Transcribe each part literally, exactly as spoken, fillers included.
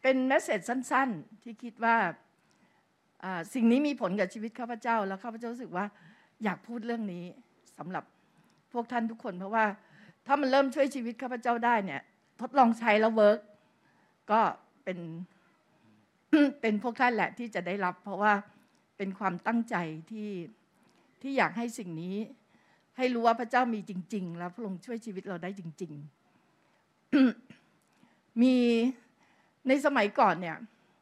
เป็นเมสเสจสั้นๆที่คิดว่าสิ่งนี้มีผลกับชีวิตข้าพเจ้าแล้วข้าพเจ้ารู้สึกว่าอยากพูดเรื่องนี้สำหรับพวกท่านทุกคนเพราะว่าถ้ามันเริ่มช่วยชีวิตข้าพเจ้าได้เนี่ยทดลองใช้แล้วเวิร์กก็เป็น เป็นพวกท่านแหละที่จะได้รับเพราะว่าเป็นความตั้งใจที่ที่อยากให้สิ่งนี้ให้รู้ว่าพระเจ้ามีจริงๆแล้วพระองค์ช่วยชีวิตเราได้จริงๆ มีในสมัยก่อนเนี่ย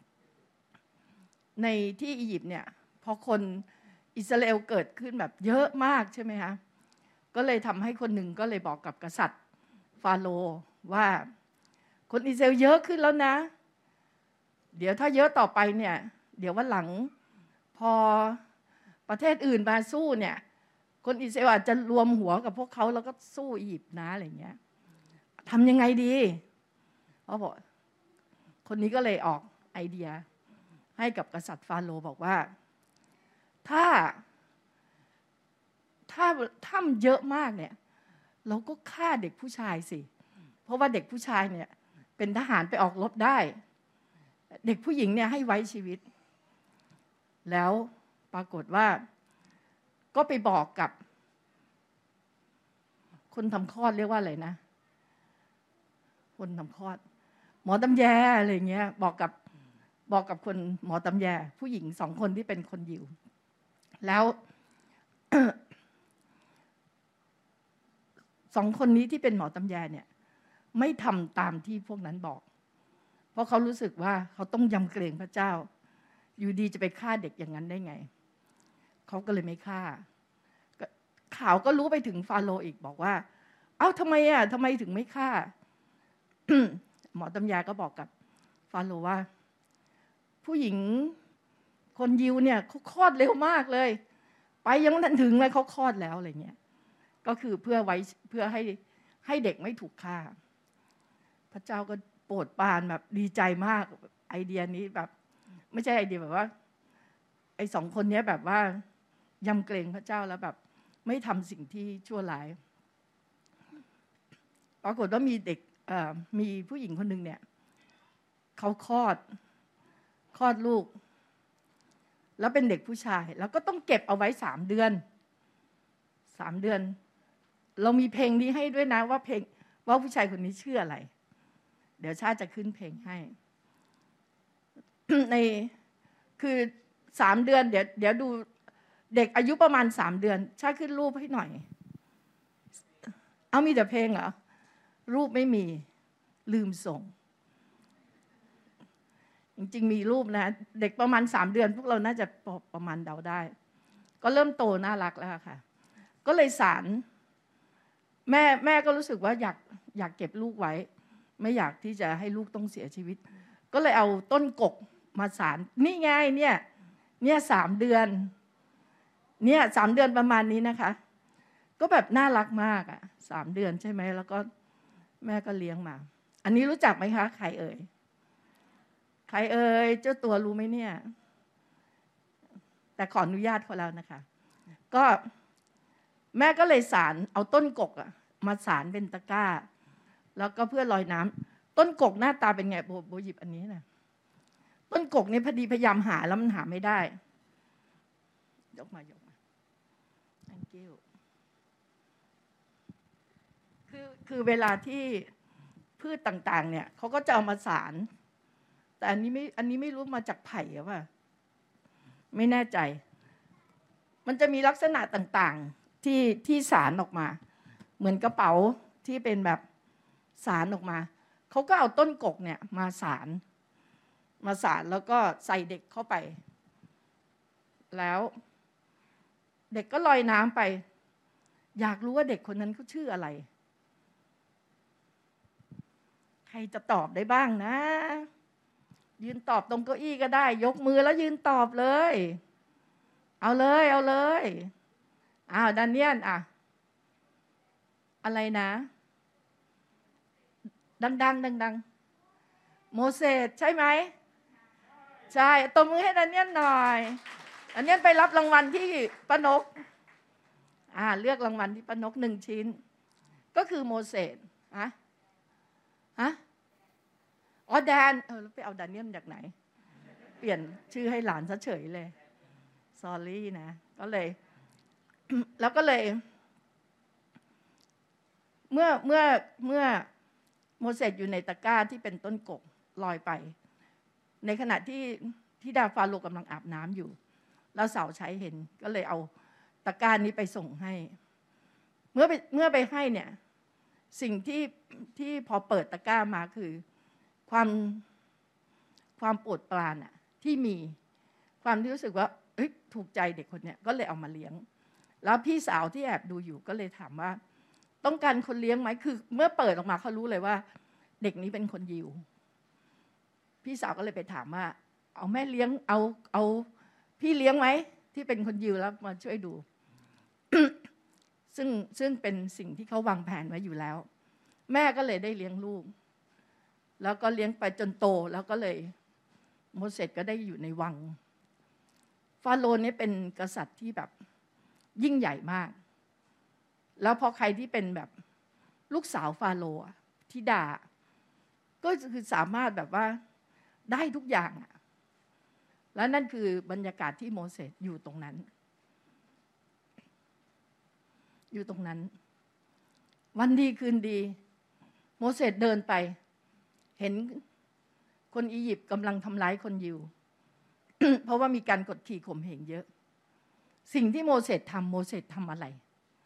ในที่อียิปต์เนี่ยพอคนอิสราเอลเกิดขึ้นแบบเยอะมากใช่ไหมคะก็เลยทำให้คนหนึ่งก็เลยบอกกับกษัตริย์ฟาโรห์ว่าคนอิสราเอลเยอะขึ้นแล้วนะเดี๋ยวถ้าเยอะต่อไปเนี่ยเดี๋ยววันหลังพอประเทศอื่นมาสู้เนี่ยคนอิสราเอลอาจจะรวมหัวกับพวกเขาแล้วก็สู้อียิปต์นะอะไรเงี้ยทำยังไงดีเขาบอกคนนี้ก็เลยออกไอเดียให้กับกษัตริย์ฟาโรห์บอกว่าถ้าถ้าถ้ามันเยอะมากเนี่ยเราก็ฆ่าเด็กผู้ชายสิเพราะว่าเด็กผู้ชายเนี่ยเป็นทหารไปออกรบได้เด็กผู้หญิงเนี่ยให้ไว้ชีวิตแล้วปรากฏว่าก็ไปบอกกับคนทำคลอดเรียกว่าอะไรนะคนทำคลอดหมอตำแยอะไรเงี้ยบอกกับบอกกับคนหมอตำแยผู้หญิงสองคนที่เป็นคนยิวแล้ว สองคนนี้ที่เป็นหมอตำแยเนี่ยไม่ทำตามที่พวกนั้นบอกเพราะเขารู้สึกว่าเขาต้องยำเกรงพระเจ้าอยู่ดีจะไปฆ่าเด็กอย่างนั้นได้ไงเขาก็เลยไม่ฆ่าข่าวก็รู้ไปถึงฟาโรห์อีกบอกว่าเอ้าทำไมอ่ะทำไมถึงไม่ฆ่า หมอตำยาก็บอกกับฟาโรห์ว่าผู้หญิงคนยิวเนี่ยเขาคลอดเร็วมากเลยไปยังไม่ทันถึงเลยเขาคลอดแล้วอะไรเงี้ยก็คือเพื่อไว้เพื่อให้ให้เด็กไม่ถูกฆ่าพระเจ้าก็โปรดปรานแบบดีใจมากไอเดียนี้แบบไม่ใช่ไอเดียแบบว่าไอ้สองคนนี้แบบว่ายำเกรงพระเจ้าแล้วแบบไม่ทำสิ่งที่ชั่วร้ายปรากฏว่ามีเด็กมีผู้หญิงคนหนึ่งเนี่ยเขาคลอดคลอดลูกแล้วเป็นเด็กผู้ชายแล้วก็ต้องเก็บเอาไว้สามเดือนสามเดือนเรามีเพลงนี้ให้ด้วยนะว่าเพลงว่าผู้ชายคนนี้ชื่ออะไรเดี๋ยวชาติจะขึ้นเพลงให้ ในคือสามเดือนเดี๋ยวเดี๋ยวดูเด็กอายุประมาณสามเดือนชาติขึ้นรูปให้หน่อยเอามีแต่เพลงเหรอรูปไม่มีลืมส่งจริงๆมีรูปนะเด็กประมาณสามเดือนพวกเราน่าจะประมาณเดาได้ก็เริ่มโตน่ารักแล้วค่ะก็เลยสารแม่แม่ก็รู้สึกว่าอยากอยากเก็บลูกไว้ไม่อยากที่จะให้ลูกต้องเสียชีวิตก็เลยเอาต้นกกมาสารนี่ไงเนี่ยเนี่ยสามเดือนเนี่ยสามเดือนประมาณนี้นะคะก็แบบน่ารักมากอ่ะสามเดือนใช่ไหมแล้วก็แม่ก็เลี้ยงมาอันนี้รู้จักไหมคะใครเอ่ยใครเอ่ยเจ้าตัวรู้ไหมเนี่ยแต่ขออนุญาตเขาแล้วนะคะก็แม่ก็เลยสารเอาต้นกกอ่ะมาสารเป็นตะกร้าแล้วก็เพื่อลอยน้ำต้นกกหน้าตาเป็นไงโบโบหยิบอันนี้นะต้นกกนี่พอดีพยายามหาแล้วมันหาไม่ได้ยกมายกมา thank you คือคือเวลาที่พืชต่างๆเนี่ยเขาก็จะเอามาสารแต่อันนี้ไม่อันนี้ไม่รู้มาจากไผ่หรือเปล่าไม่แน่ใจมันจะมีลักษณะต่างๆที่ที่สารออกมาเหมือนกระเป๋าที่เป็นแบบสารออกมาเขาก็เอาต้นกกเนี่ยมาสารมาสารแล้วก็ใส่เด็กเข้าไปแล้วเด็กก็ลอยน้ำไปอยากรู้ว่าเด็กคนนั้นเขาชื่ออะไรใครจะตอบได้บ้างนะยืนตอบตรงเก้าอี้ก็ได้ยกมือแล้วยืนตอบเลยเอาเลยเอาเลยอ้าวดาเนียลอ่ะอะไรนะดังๆดังๆโมเสสใช่ไหมใช่ตบมือให้ดาเนียลหน่อยดาเนียลไปรับรางวัลที่ป้านกอ่าเลือกรางวัลที่ป้านกหนึ่งชิ้นก็คือโมเสสฮะฮะอ๋อแดนเออแล้วไปเอาแดเนียลจากไหนเปลี่ยนชื่อให้หลานซะเฉยเลยซอรี่นะก็เลย แล้วก็เลย เมื่อเมื่อเมื่อโมเสสอยู่ในตะกร้าที่เป็นต้นกกลอยไปในขณะที่ที่ดาฟาโรห์กำลังอาบน้ำอยู่แล้วสาวใช้เห็นก็เลยเอาตะกร้านี้ไปส่งให้เมื่อไปเมื่อไปให้เนี่ยสิ่งที่ที่พอเปิดตะกร้ามาคือความความโปรดปรานอะที่มีความที่รู้สึกว่าเอ้ยถูกใจเด็กคนเนี้ยก็เลยเอามาเลี้ยงแล้วพี่สาวที่แอบดูอยู่ก็เลยถามว่าต้องการคนเลี้ยงไหมคือเมื่อเปิดออกมาเขารู้เลยว่าเด็กนี้เป็นคนยิวพี่สาวก็เลยไปถามว่าเอาแม่เลี้ยงเอาเอาพี่เลี้ยงไหมที่เป็นคนยิวแล้วมาช่วยดู ซึ่งซึ่งเป็นสิ่งที่เขาวางแผนไว้อยู่แล้วแม่ก็เลยได้เลี้ยงลูกแล้วก็เลี้ยงไปจนโตแล้วก็เลยโมเสสก็ได้อยู่ในวังฟาโรห์นี่เป็นกษัตริย์ที่แบบยิ่งใหญ่มากแล้วพอใครที่เป็นแบบลูกสาวฟาโรห์ธิดาก็คือสามารถแบบว่าได้ทุกอย่างอ่ะแล้วนั่นคือบรรยากาศที่โมเสสอยู่ตรงนั้นอยู่ตรงนั้นวันดีคืนดีโมเสสเดินไปเห็นคนอียิปต์กำลังทำร้ายคนยิว เพราะว่ามีการกดขี่ข่มเหงเยอะสิ่งที่โมเสสทำโมเสสทำอะไร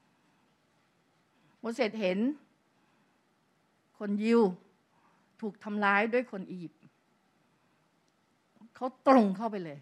โมเสสเห็นคนยิวถูกทำร้ายด้วยคนอียิปต์เขาตรงเข้าไปเลย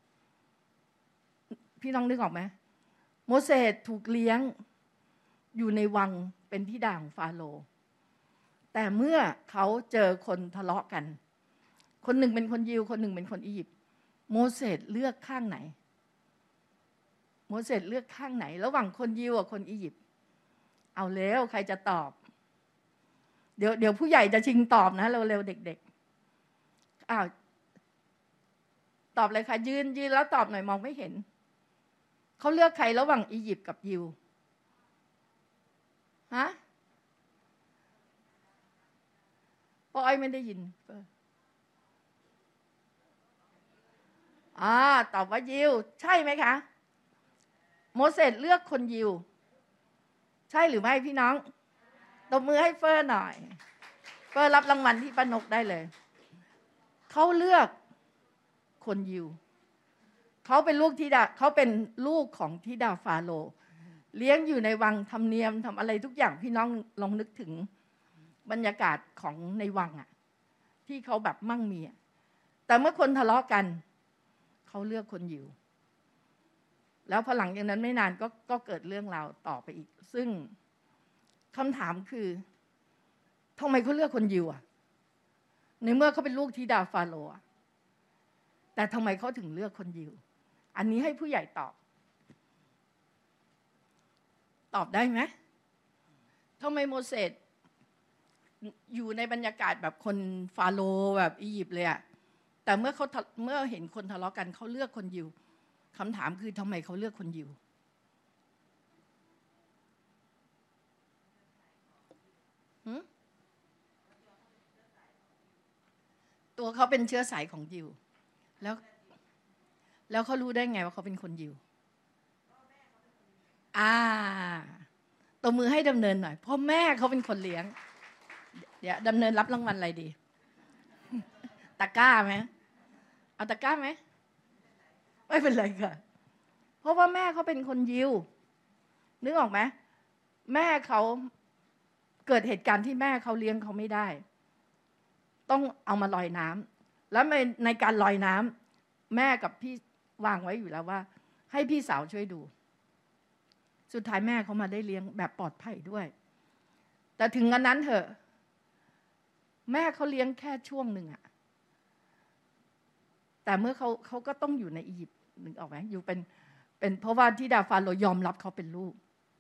พี่น้องนึกออกไหมโมเสสถูกเลี้ยงอยู่ในวังเป็นธิดาของฟาโรห์แต่เมื่อเขาเจอคนทะเลาะกันคนหนึ่งเป็นคนยิวคนหนึ่งเป็นคนอียิปต์โมเสสเลือกข้างไหนโมเสสเลือกข้างไหนระหว่างคนยิวกับคนอียิปต์เอาแล้วใครจะตอบเดี๋ยวเดี๋ยวผู้ใหญ่จะชิงตอบนะเร็วๆเด็กๆอ้าวตอบเลยค่ะยืนยืนแล้วตอบหน่อยมองไม่เห็นเขาเลือกใครระหว่างอียิปต์กับยิวฮะป้อยไม่ได้ยินอ่าตอบว่ายิวใช่ไหมคะโมเสสเลือกคนยิวใช่หรือไม่พี่น้องตบมือให้เฟอร์หน่อยเฟอร์รับรางวัลที่ป้านกได้เลยเขาเลือกคนยิวเขาเป็นลูกธิดาเขาเป็นลูกของธิดาฟาโรห์เลี้ยงอยู่ในวังธรรมเนียมทำอะไรทุกอย่างพี่น้องลองนึกถึงบรรยากาศของในวังอ่ะที่เขาแบบมั่งมีแต่เมื่อคนทะเลาะกันเขาเลือกคนยิวแล้วพอหลังจากนั้นไม่นานก็ก็เกิดเรื่องราวต่อไปอีกซึ่งคำถามคือทำไมเขาเลือกคนยิวอ่ะในเมื่อเขาเป็นลูกธิดาฟาโรห์แต่ทำไมเขาถึงเลือกคนยิวอันนี้ให้ผู้ใหญ่ตอบตอบได้ไหมทำไมโมเสสอยู่ในบรรยากาศแบบคนฟาโรห์แบบอียิปต์เลยอะแต่เมื่อเขาเมื่อเห็นคนทะเลาะกันเขาเลือกคนยิวคำถามคือทำไมเขาเลือกคนยิวตัวเขาเป็นเชื้อสายของยิวแล้วแล้วเขารู้ได้ไงว่าเขาเป็นคนยิวอ่าตบมือให้ดำเนินหน่อยเพราะแม่เขาเป็นคนเลี้ยงเดี๋ยวดำเนินรับรางวัลอะไรดีตะกร้าไหมเอาตะกร้าไหมไม่เป็นไรค่ะเพราะว่าแม่เขาเป็นคนยิวนึกออกไหมแม่เขาเกิดเหตุการณ์ที่แม่เขาเลี้ยงเขาไม่ได้ต้องเอามาลอยน้ำแล้วในในการลอยน้ำแม่กับพี่วางไว้อยู่แล้วว่าให้พี่สาวช่วยดูสุดท้ายแม่เขามาได้เลี้ยงแบบปลอดภัยด้วยแต่ถึงงั้นนั้นเถอะแม่เขาเลี้ยงแค่ช่วงหนึ่งอะแต่เมื่อเขาเขาก็ต้องอยู่ในอียิปต์นึกออกไหมอยู่เป็นเป็นเพราะว่าที่ดาฟาโรห์ยอมรับเขาเป็นลูก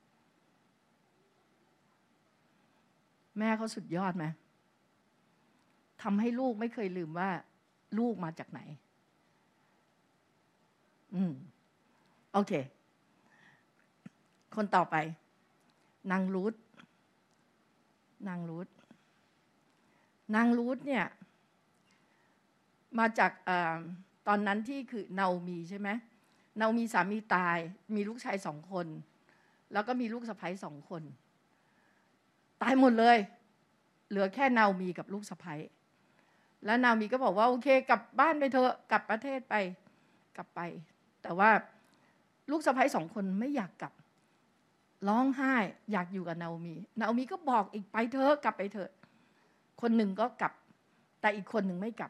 แม่เขาสุดยอดไหมทำให้ลูกไม่เคยลืมว่าลูกมาจากไหนอืมโอเคคนต่อไปนางรูธนางรูธนางรูธเนี่ยมาจากอตอนนั้นที่คือนาโอมีใช่ไหมนาโอมีสามีตายมีลูกชายสองคนแล้วก็มีลูกสะใภ้สองคนตายหมดเลยเหลือแค่นาโอมีกับลูกสะใภ้แล้วนาโอมีก็บอกว่าโอเคกลับบ้านไปเถอะกลับประเทศไปกลับไปแต่ว่าลูกสะใภ้สองคนไม่อยากกลับร้องไห้อยากอยู่กับนาโอมีนาโอมีก็บอกอีกไปเถอะกลับไปเถอะคนหนึ่งก็กลับแต่อีกคนหนึ่งไม่กลับ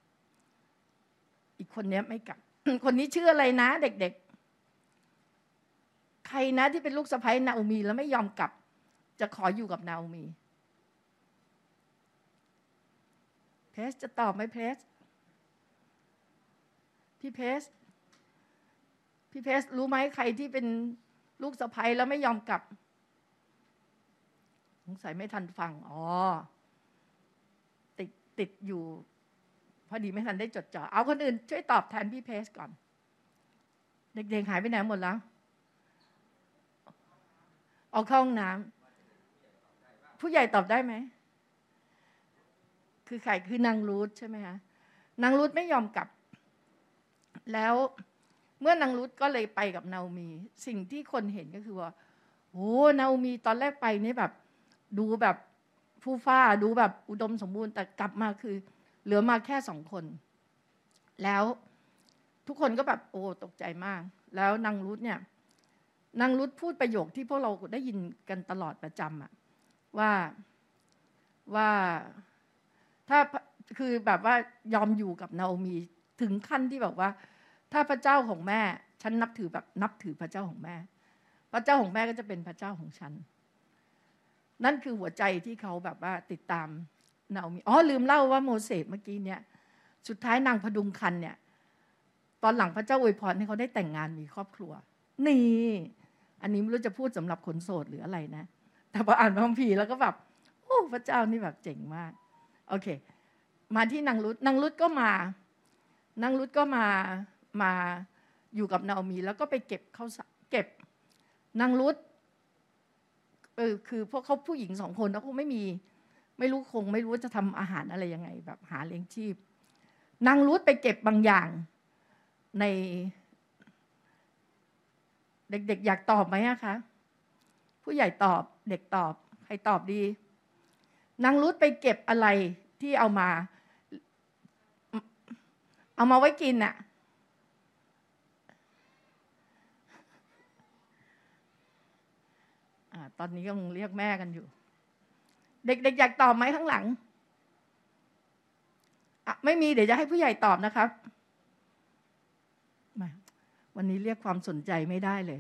อีกคนนี้ไม่กลับ คนนี้ชื่ออะไรนะเด็กๆใครนะที่เป็นลูกสะใภ้นาโอมีแล้วไม่ยอมกลับจะขออยู่กับนาโอมีเพสจะตอบไหมเพสพี่เพสพี่เพสรู้ไหมใครที่เป็นลูกสะใภ้แล้วไม่ยอมกลับสงสัยไม่ทันฟังอ๋อติดติดอยู่พอดีไม่ทันได้จดจ่อเอาคนอื่นช่วยตอบแทนพี่เพสก่อนเด็กๆหายไปไหนหมดแล้วเอาเข้าห้องน้ำผู้ใหญ่ตอบได้ไหมคือใครคือนางรูธใช่ไหมคะนางรูธไม่ยอมกลับแล้วเมื่อนางรูธก็เลยไปกับนาโอมีสิ่งที่คนเห็นก็คือว่าโอ้นาโอมีตอนแรกไปนี่แบบดูแบบผู้ฟ้าดูแบบอุดมสมบูรณ์แต่กลับมาคือเหลือมาแค่สองคนแล้วทุกคนก็แบบโอ้ตกใจมากแล้วนางรูธเนี่ยนางรูธพูดประโยคที่พวกเราได้ยินกันตลอดประจำอะว่าว่าถ้าคือแบบว่ายอมอยู่กับนาโอมีถึงขั้นที่แบบว่าถ้าพระเจ้าของแม่ฉันนับถือแบบนับถือพระเจ้าของแม่พระเจ้าของแม่ก็จะเป็นพระเจ้าของฉันนั่นคือหัวใจที่เขาแบบว่าติดตามนาโอมีอ๋อลืมเล่าว่าโมเสสเมื่อกี้เนี่ยสุดท้ายนางพดุงคันเนี่ยตอนหลังพระเจ้าอวยพรให้เขาได้แต่งงานมีครอบครัวนี่อันนี้ไม่รู้จะพูดสำหรับคนโสดหรืออะไรนะแต่พออ่านพระคัมภีร์แล้วก็แบบโอ้พระเจ้านี่แบบเจ๋งมากโอเคมาที่นางรุธนางรุธก็มานางรุธก็มามาอยู่กับนาโอมีแล้วก็ไปเก็บเขาเก็บนางรุธเออคือพวกเขาผู้หญิงสองคนแล้วคงไม่มีไม่รู้คงไม่รู้ว่าจะทำอาหารอะไรยังไงแบบหาเลี้ยงชีพนางรุธไปเก็บบางอย่างในเด็กๆอยากตอบไหมอะคะผู้ใหญ่ตอบเด็กตอบใครตอบดีนางรุธไปเก็บอะไรที่เอามาเอามาไว้กินน่ะอ่าตอนนี้ก็คงเรียกแม่กันอยู่เด็กๆอยากตอบไหมข้างหลังอ่ะไม่มีเดี๋ยวจะให้ผู้ใหญ่ตอบนะครับมาวันนี้เรียกความสนใจไม่ได้เลย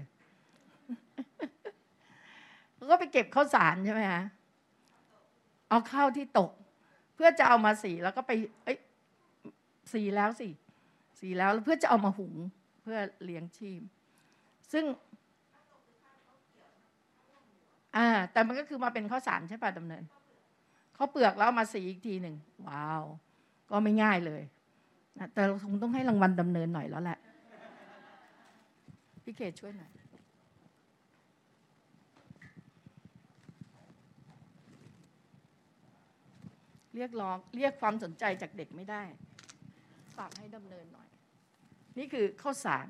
เขาก็ไปเก็บข้าวสารใช่ไหมคะเอาข้าวที่ตกเพื่อจะเอามาสีแล้วก็ไปเอ้ยสีแล้วสิสีแล้วเพื่อจะเอามาหุงเพื่อเลี้ยงชีพซึ่งอ่าแต่มันก็คือมาเป็นข้าวสารใช่ป่ะดำเนินเขาเปลือกแล้วมาสีอีกทีหนึ่งว้าวก็ไม่ง่ายเลยนะแต่เราคงต้องให้รางวัลดำเนินหน่อยแล้วแหละพี่เกดช่วยหน่อยเรียกร้องเรียกความสนใจจากเด็กไม่ได้ฝากให้ดำเนินหน่อยนี่คือข้าวสาร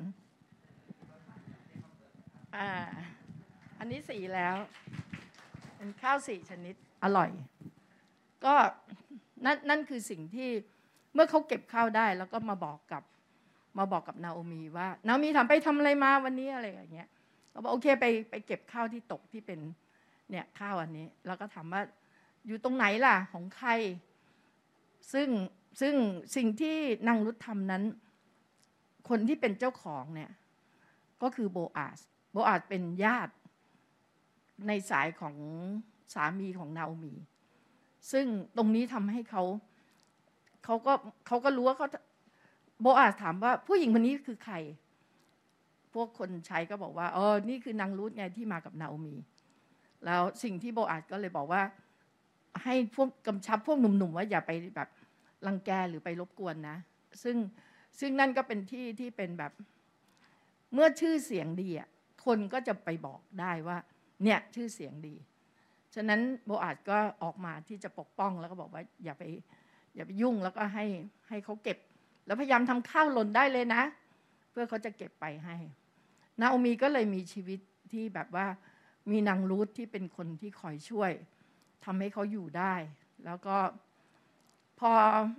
อ่าอันนี้สีแล้วเป็นข้าวสี่ชนิดอร่อยก็นั่นนั่นคือสิ่งที่เมื่อเขาเก็บข้าวได้แล้วก็มาบอกกับมาบอกกับนาโอมีว่านาโอมีทำไปทำอะไรมาวันนี้อะไรอย่างเงี้ยเขาบอกโอเคไปไปเก็บข้าวที่ตกที่เป็นเนี่ยข้าวอันนี้แล้วก็ถามว่าอยู่ตรงไหนล่ะของใครซึ่งซึ่งสิ่งที่นางรุธทำนั้นคนที่เป็นเจ้าของเนี่ยก็คือโบอาสโบอาสเป็นญาติในสายของสามีของนาโอมีซึ่งตรงนี้ทำให้เขาเขาก็เขาก็รู้ว่าเขาโบอาสถามว่าผู้หญิงคนนี้คือใครพวกคนใช้ก็บอกว่าเออนี่คือนางรูธไงที่มากับนาโอมีแล้วสิ่งที่โบอาสก็เลยบอกว่าให้พวกกำชับพวกหนุ่มๆว่าอย่าไปแบบรังแกหรือไปรบกวนนะซึ่งซึ่งนั่นก็เป็นที่ที่เป็นแบบเมื่อชื่อเสียงดีอ่ะคนก็จะไปบอกได้ว่าเนี่ยชื่อเสียงดีฉะนั้นโบอาสก็ออกมาที่จะปกป้องแล้วก็บอกว่าอย่าไปอย่าไปยุ่งแล้วก็ให้ให้เขาเก็บแล้วพยายามทำข้าวหล่นได้เลยนะเพื่อเขาจะเก็บไปให้นาโอมีก็เลยมีชีวิตที่แบบว่ามีนางรูธที่เป็นคนที่คอยช่วยทำให้เขาอยู่ได้แล้วก็พอ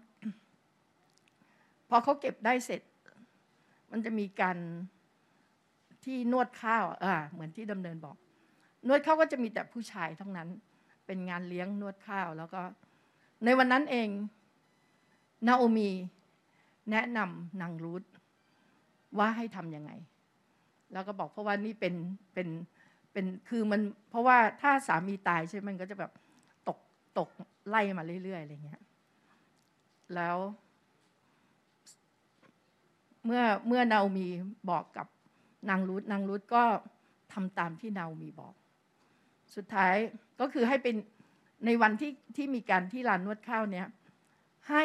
พอเขาเก็บได้เสร็จมันจะมีการที่นวดข้าวอ่าเหมือนที่ดำเนินบอกนวดข้าวก็จะมีแต่ผู้ชายทั้งนั้นเป็นงานเลี้ยงนวดข้าวแล้วก็ในวันนั้นเองนาโอมีแนะนำนางรูธว่าให้ทำยังไงแล้วก็บอกเพราะว่านี่เป็นเป็นเป็นคือมันเพราะว่าถ้าสามีตายใช่มันก็จะแบบตกตกไล่มาเรื่อยๆอะไรเงี้ยแล้วเมื่อเมื่อนาโอมีบอกกับนางรูธนางรูธก็ทำตามที่นาโอมีบอกสุดท้ายก็คือให้เป็นในวันที่ที่มีการที่ลานนวดข้าวเนี้ยให้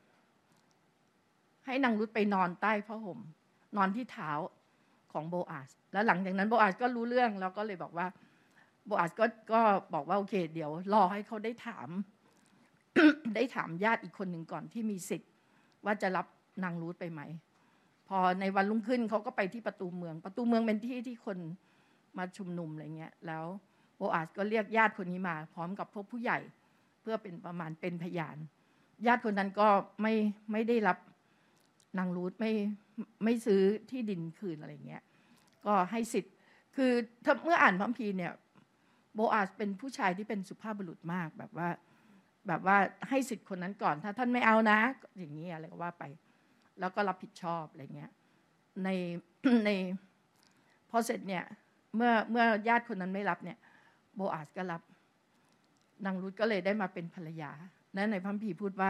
ให้นางรูธไปนอนใต้ผ้าห่มนอนที่เท้าของโบอาสแล้วหลังจากนั้นโบอาสก็รู้เรื่องแล้วก็เลยบอกว่าโบอาสก็ก็บอกว่าโอเคเดี๋ยวรอให้เขาได้ถาม ได้ถามญาติอีกคนหนึ่งก่อนที่มีสิทธิ์ว่าจะรับนางรูธไปไหมพอในวันรุ่งขึ้นเขาก็ไปที่ประตูเมืองประตูเมืองเป็นที่ที่คนมาชุมนุมอะไรเงี้ยแล้วโบอาสก็เรียกญาติคนนี้มาพร้อมกับพวกผู้ใหญ่เพื่อเป็นประมาณเป็นพยานญาติคนนั้นก็ไม่ไม่ได้รับนางรูธไม่ไม่ซื้อที่ดินคืนอะไรเงี้ยก็ให้สิทธิ์คือเมื่ออ่านพระคัมภีร์เนี่ยโบอาสเป็นผู้ชายที่เป็นสุภาพบุรุษมากแบบว่าแบบว่าให้สิทธิ์คนนั้นก่อนถ้าท่านไม่เอานะอย่างนี้อะไรก็ว่าไปแล้วก็รับผิดชอบอะไรเงี้ยในในพอเสร็จเนี่ยเมื่อเมื่อญาติคนนั้นไม่รับเนี่ยโบอาสก็รับนางรูธก็เลยได้มาเป็นภรรยาและในพระคัมภีร์พูดว่า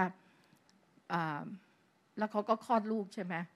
แล้วเขาก็คลอดลูกใช่ไหม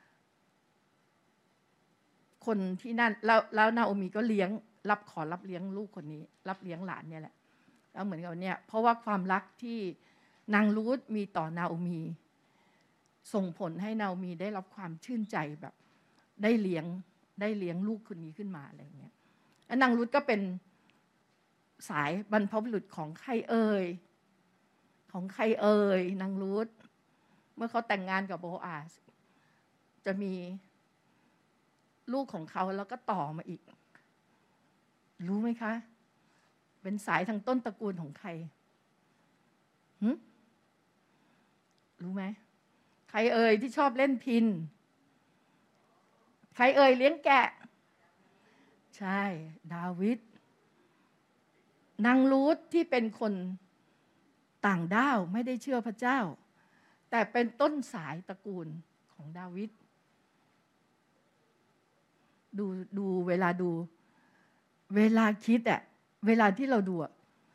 คนที่นั่นแล้วแล้วนาโอมีก็เลี้ยงรับขอรับเลี้ยงลูกคนนี้รับเลี้ยงหลานเนี่ยแหละแล้วเหมือนกับเนี่ยเพราะว่าความรักที่นางรูธมีต่อนาโอมีส่งผลให้นาโอมีได้รับความชื่นใจแบบได้เลี้ยงได้เลี้ยงลูกคนนี้ขึ้นมาอะไรอย่างเงี้ยแล้วนางรูธก็เป็นสายบรรพบุรุษของใครเอ่ยของใครเอ่ยนางรูธเมื่อเขาแต่งงานกับโบอาสจะมีลูกของเขาแล้วก็ต่อมาอีกรู้ไหมคะเป็นสายทางต้นตระกูลของใครหึรู้ไหมใครเอ่ยที่ชอบเล่นพิณใครเอ่ยเลี้ยงแกะใช่ดาวิดนางรูธที่เป็นคนต่างด้าวไม่ได้เชื่อพระเจ้าแต่เป็นต้นสายตระกูลของดาวิดดูดูเวลาดูเวลาคิดอะเวลาที่เราดูอะ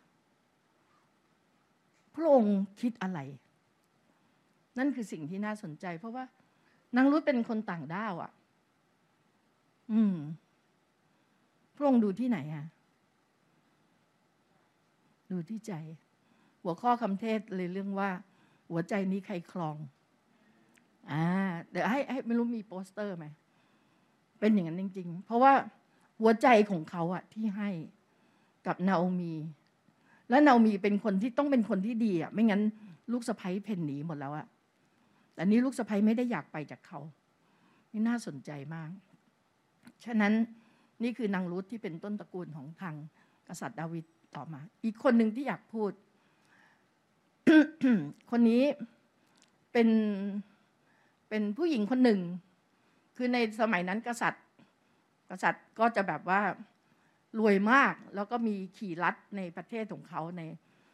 พระองค์คิดอะไรนั่นคือสิ่งที่น่าสนใจเพราะว่านางรูธเป็นคนต่างด้าวอะอืมพระองค์ดูที่ไหนอะดูที่ใจหัวข้อคำเทศเลยเรื่องว่าหัวใจนี้ใครครองอ่าเดี๋ยวให้ให้ไม่รู้มีโปสเตอร์ไหมเป็นอย่างนั้นจริงๆเพราะว่าหัวใจของเขาอะที่ให้กับนาโอมีและนาโอมีเป็นคนที่ต้องเป็นคนที่ดีอะไม่งั้นลูกสะใภ้เพ่นหนีหมดแล้วอะแต่นี้ลูกสะใภ้ไม่ได้อยากไปจากเขานี่น่าสนใจมากฉะนั้นนี่คือนางรูธที่เป็นต้นตระกูลของทางกษัตริย์ดาวิดต่อมาอีกคนหนึ่งที่อยากพูด คนนี้เป็นเป็นผู้หญิงคนหนึ่งคือในสมัยนั้นกษัตริย์กษัตริย์ก็จะแบบว่ารวยมากแล้วก็มีขี่รัฐในประเทศของเขาใน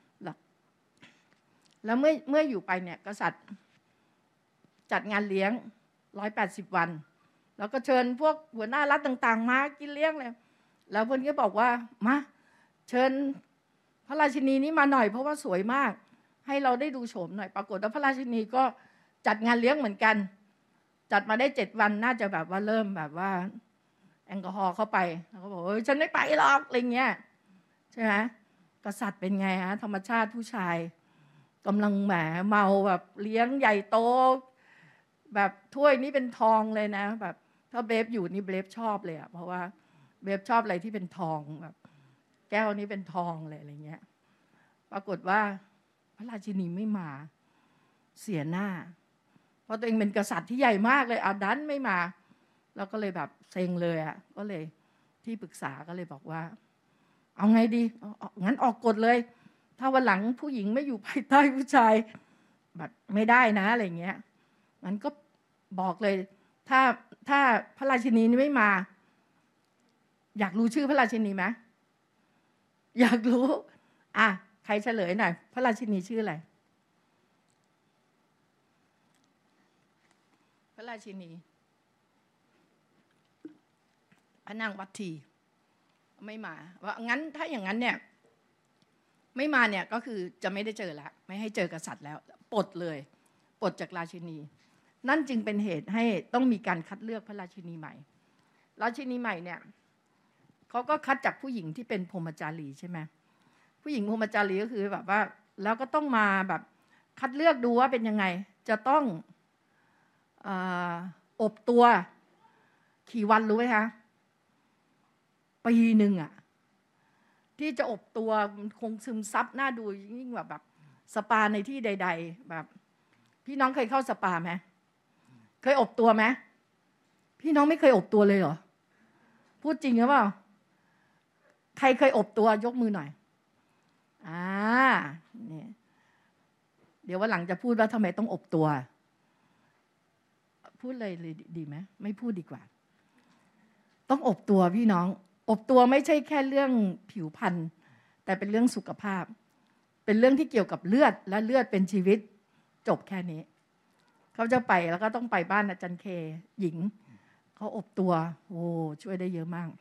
แล้วเมื่อเมื่ออยู่ไปเนี่ยกษัตริย์จัดงานเลี้ยงร้อยแปดสิบวันแล้วก็เชิญพวกหัวหน้ารัฐต่างๆมากินเลี้ยงเลยแล้วเพื่อนก็บอกว่ามาเชิญพระราชินีนี้มาหน่อยเพราะว่าสวยมากให้เราได้ดูโฉมหน่อยปรากฏว่าพระราชินีก็จัดงานเลี้ยงเหมือนกันจัดมาได้เจ็ดวันน่าจะแบบว่าเริ่มแบบว่าแอลกอฮอล์เข้าไปแล้วก็บอกเฮ้ยฉันไม่ไปหรอกอะไรเงี้ยใช่ไหมกษัตริย์เป็นไงฮะธรรมชาติผู้ชายกำลังแหมเมาแบบเลี้ยงใหญ่โตแบบถ้วยนี้เป็นทองเลยนะแบบถ้าเบฟอยู่นี่เบฟชอบเลยอะเพราะว่าเบฟชอบอะไรที่เป็นทองแบบแก้วนี้เป็นทองเลยอะไรเงี้ยปรากฏว่าพระราชินีไม่มาเสียหน้าราะตัวเองเป็นกษัตริย์ที่ใหญ่มากเลยเอาดันไม่มาแล้วก็เลยแบบเซ็งเลยอ่ะก็เลยที่ปรึกษาก็เลยบอกว่าเอาไงดีงั้นออกกฎเลยถ้าวันหลังผู้หญิงไม่อยู่ภายใต้ผู้ชายแบบไม่ได้นะอะไรเงี้ยมันก็บอกเลยถ้าถ้าพระราชินีนี่ไม่มาอยากรู้ชื่อพระราชินีไหมอยากรู้อ่ะใครเฉลยหน่อยพระราชินีชื่ออะไรพระราชินีพระนางวัตถีไม่มาว่างั้นถ้าอย่างนั้นเนี่ยไม่มาเนี่ยก็คือจะไม่ได้เจอแล้วไม่ให้เจอกษัตริย์แล้วปลดเลยปลดจากราชินีนั่นจึงเป็นเหตุให้ต้องมีการคัดเลือกพระราชินีใหม่ราชินีใหม่เนี่ยเขาก็คัดจากผู้หญิงที่เป็นพรหมจารีใช่ไหมผู้หญิงพรหมจารีก็คือแบบว่าแล้วก็ต้องมาแบบคัดเลือกดูว่าเป็นยังไงจะต้องอบตัวกี่วันรู้ไหมคะปีหนึ่งอะที่จะอบตัวคงซึมซับหน้าดูยิ่งแบบแบบสปาในที่ใดๆแบบพี่น้องเคยเข้าสปาไหมเคยอบตัวไหมพี่น้องไม่เคยอบตัวเลยเหรอพูดจริงหรือเปล่าใครเคยอบตัวยกมือหน่อยอ่าเนี่ยเดี๋ยววันหลังจะพูดว่าทำไมต้องอบตัวพูดเลยเลยดีไหมไม่พูดดีกว่าต้องอบตัวพี่น้องอบตัวไม่ใช่แค่เรื่องผิวพรรณแต่เป็นเรื่องสุขภาพเป็นเรื่องที่เกี่ยวกับเลือดและเลือดเป็นชีวิตจบแค่นี้เขาจะไปแล้วก็ต้องไปบ้านอาจารย์เคหญิงเขาอบตัวโอ้ช่วยได้เยอะมาก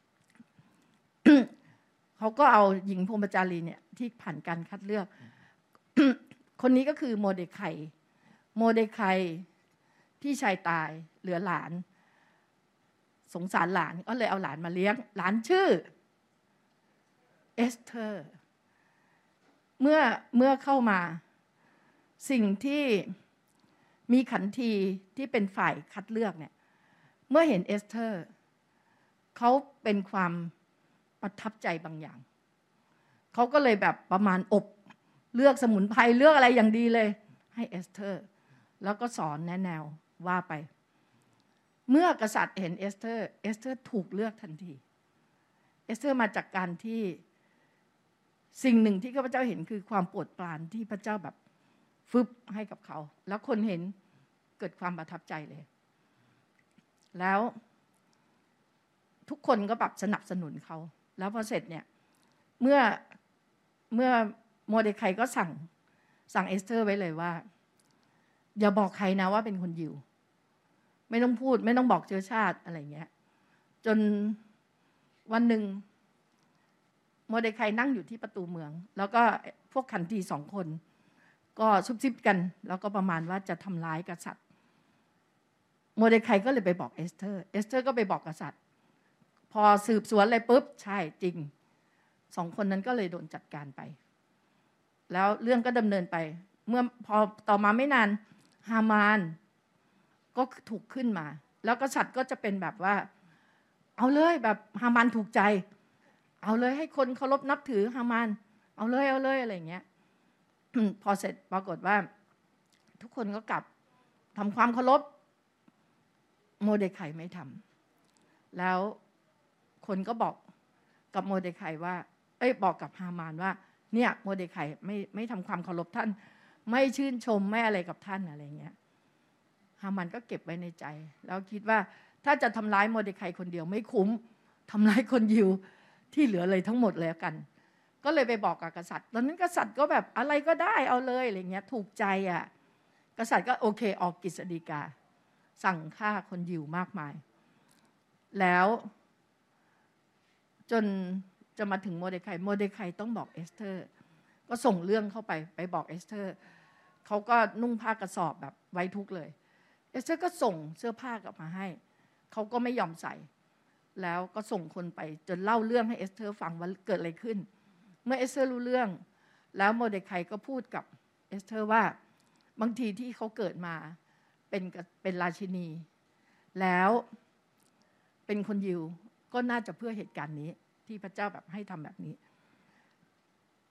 เขาก็เอาหญิงพรหมจารีเนี่ยที่ผ่านการคัดเลือก คนนี้ก็คือโมเดไคโมเดไคพี่ชายตายเหลือหลานสงสารหลานก็เลยเอาหลานมาเลี้ยงหลานชื่อเอสเธอร์เมื่อเมื่อเข้ามาสิ่งที่มีขันทีที่เป็นฝ่ายคัดเลือกเนี่ยเมื่อเห็นเอสเธอร์เขาเป็นความประทับใจบางอย่างเขาก็เลยแบบประมาณอบเลือกสมุนไพรเลือกอะไรอย่างดีเลยให้เอสเธอร์แล้วก็สอนแนะแนวว่าไปเมื่อกษัตริย์เห็นเอสเธอร์เอสเธอร์ถูกเลือกทันทีเอสเธอร์มาจากการที่สิ่งหนึ่งที่ข้าพเจ้าเห็นคือความโปรดปรานที่พระเจ้าแบบฟึบให้กับเขาแล้วคนเห็นเกิดความประทับใจเลยแล้วทุกคนก็แบบสนับสนุนเขาแล้วพอเสร็จเนี่ยเมื่อเมื่อโมเดไคก็สั่งสั่งเอสเธอร์ไว้เลยว่าอย่าบอกใครนะว่าเป็นคนยิวไม่ต้องพูดไม่ต้องบอกเชื้อชาติอะไรเงี้ยจนวันหนึ่งโมเดไคนั่งอยู่ที่ประตูเมืองแล้วก็พวกขันทีสองคนก็ซุบซิบกันแล้วก็ประมาณว่าจะทำร้ายกษัตริย์โมเดไคก็เลยไปบอกเอสเธอร์เอสเธอร์ก็ไปบอกกษัตริย์พอสืบสวนอะไรปุ๊บใช่จริงสองคนนั้นก็เลยโดนจัดการไปแล้วเรื่องก็ดำเนินไปเมื่อพอต่อมาไม่นานฮามานก็ถูกขึ้นมาแล้วกษัตริย์ก็จะเป็นแบบว่าเอาเลยแบบฮามานถูกใจเอาเลยให้คนเคารพนับถือฮามานเอาเลยเอาเลยอะไรอย่างเงี้ย พอเสร็จปรากฏว่าทุกคนก็กลับทำความเคารพโมเดไคไม่ทำแล้วคนก็บอกกับโมเดไคว่าเอ้ยบอกกับฮามานว่าเนี่ยโมเดไคไม่ไม่ทำความเคารพท่านไม่ชื่นชมไม่อะไรกับท่านอะไรเงี้ยฮามานก็เก็บไว้ในใจแล้วคิดว่าถ้าจะทำร้ายโมเดไคคนเดียวไม่คุ้มทำร้ายคนยิวที่เหลือเลยทั้งหมดเลยกันก็เลยไปบอกกับกษัตริย์ตอนนั้นกษัตริย์ก็แบบอะไรก็ได้เอาเลยอะไรเงี้ยถูกใจอ่ะกษัตริย์ก็โอเคออกกฤษฎีกาสั่งฆ่าคนยิวมากมายแล้วจนจะมาถึงโมเดไคโมเดไคต้องบอกเอสเธอร์ก็ส่งเรื่องเข้าไปไปบอกเอสเธอร์เขาก็นุ่งผ้ากระสอบแบบไว้ทุกเลยเอสเธอร์ก็ส่งเสื้อผ้ากลับมาให้เขาก็ไม่ยอมใส่แล้วก็ส่งคนไปจนเล่าเรื่องให้เอสเธอร์ฟังว่าเกิดอะไรขึ้นเมื่อเอสเธอร์รู้เรื่องแล้วโมเดไคก็พูดกับเอสเธอร์ว่าบางทีที่เขาเกิดมาเป็นเป็นราชินีแล้วเป็นคนยิวก็น่าจะเพื่อเหตุการณ์นี้ที่พระเจ้าแบบให้ทำแบบนี้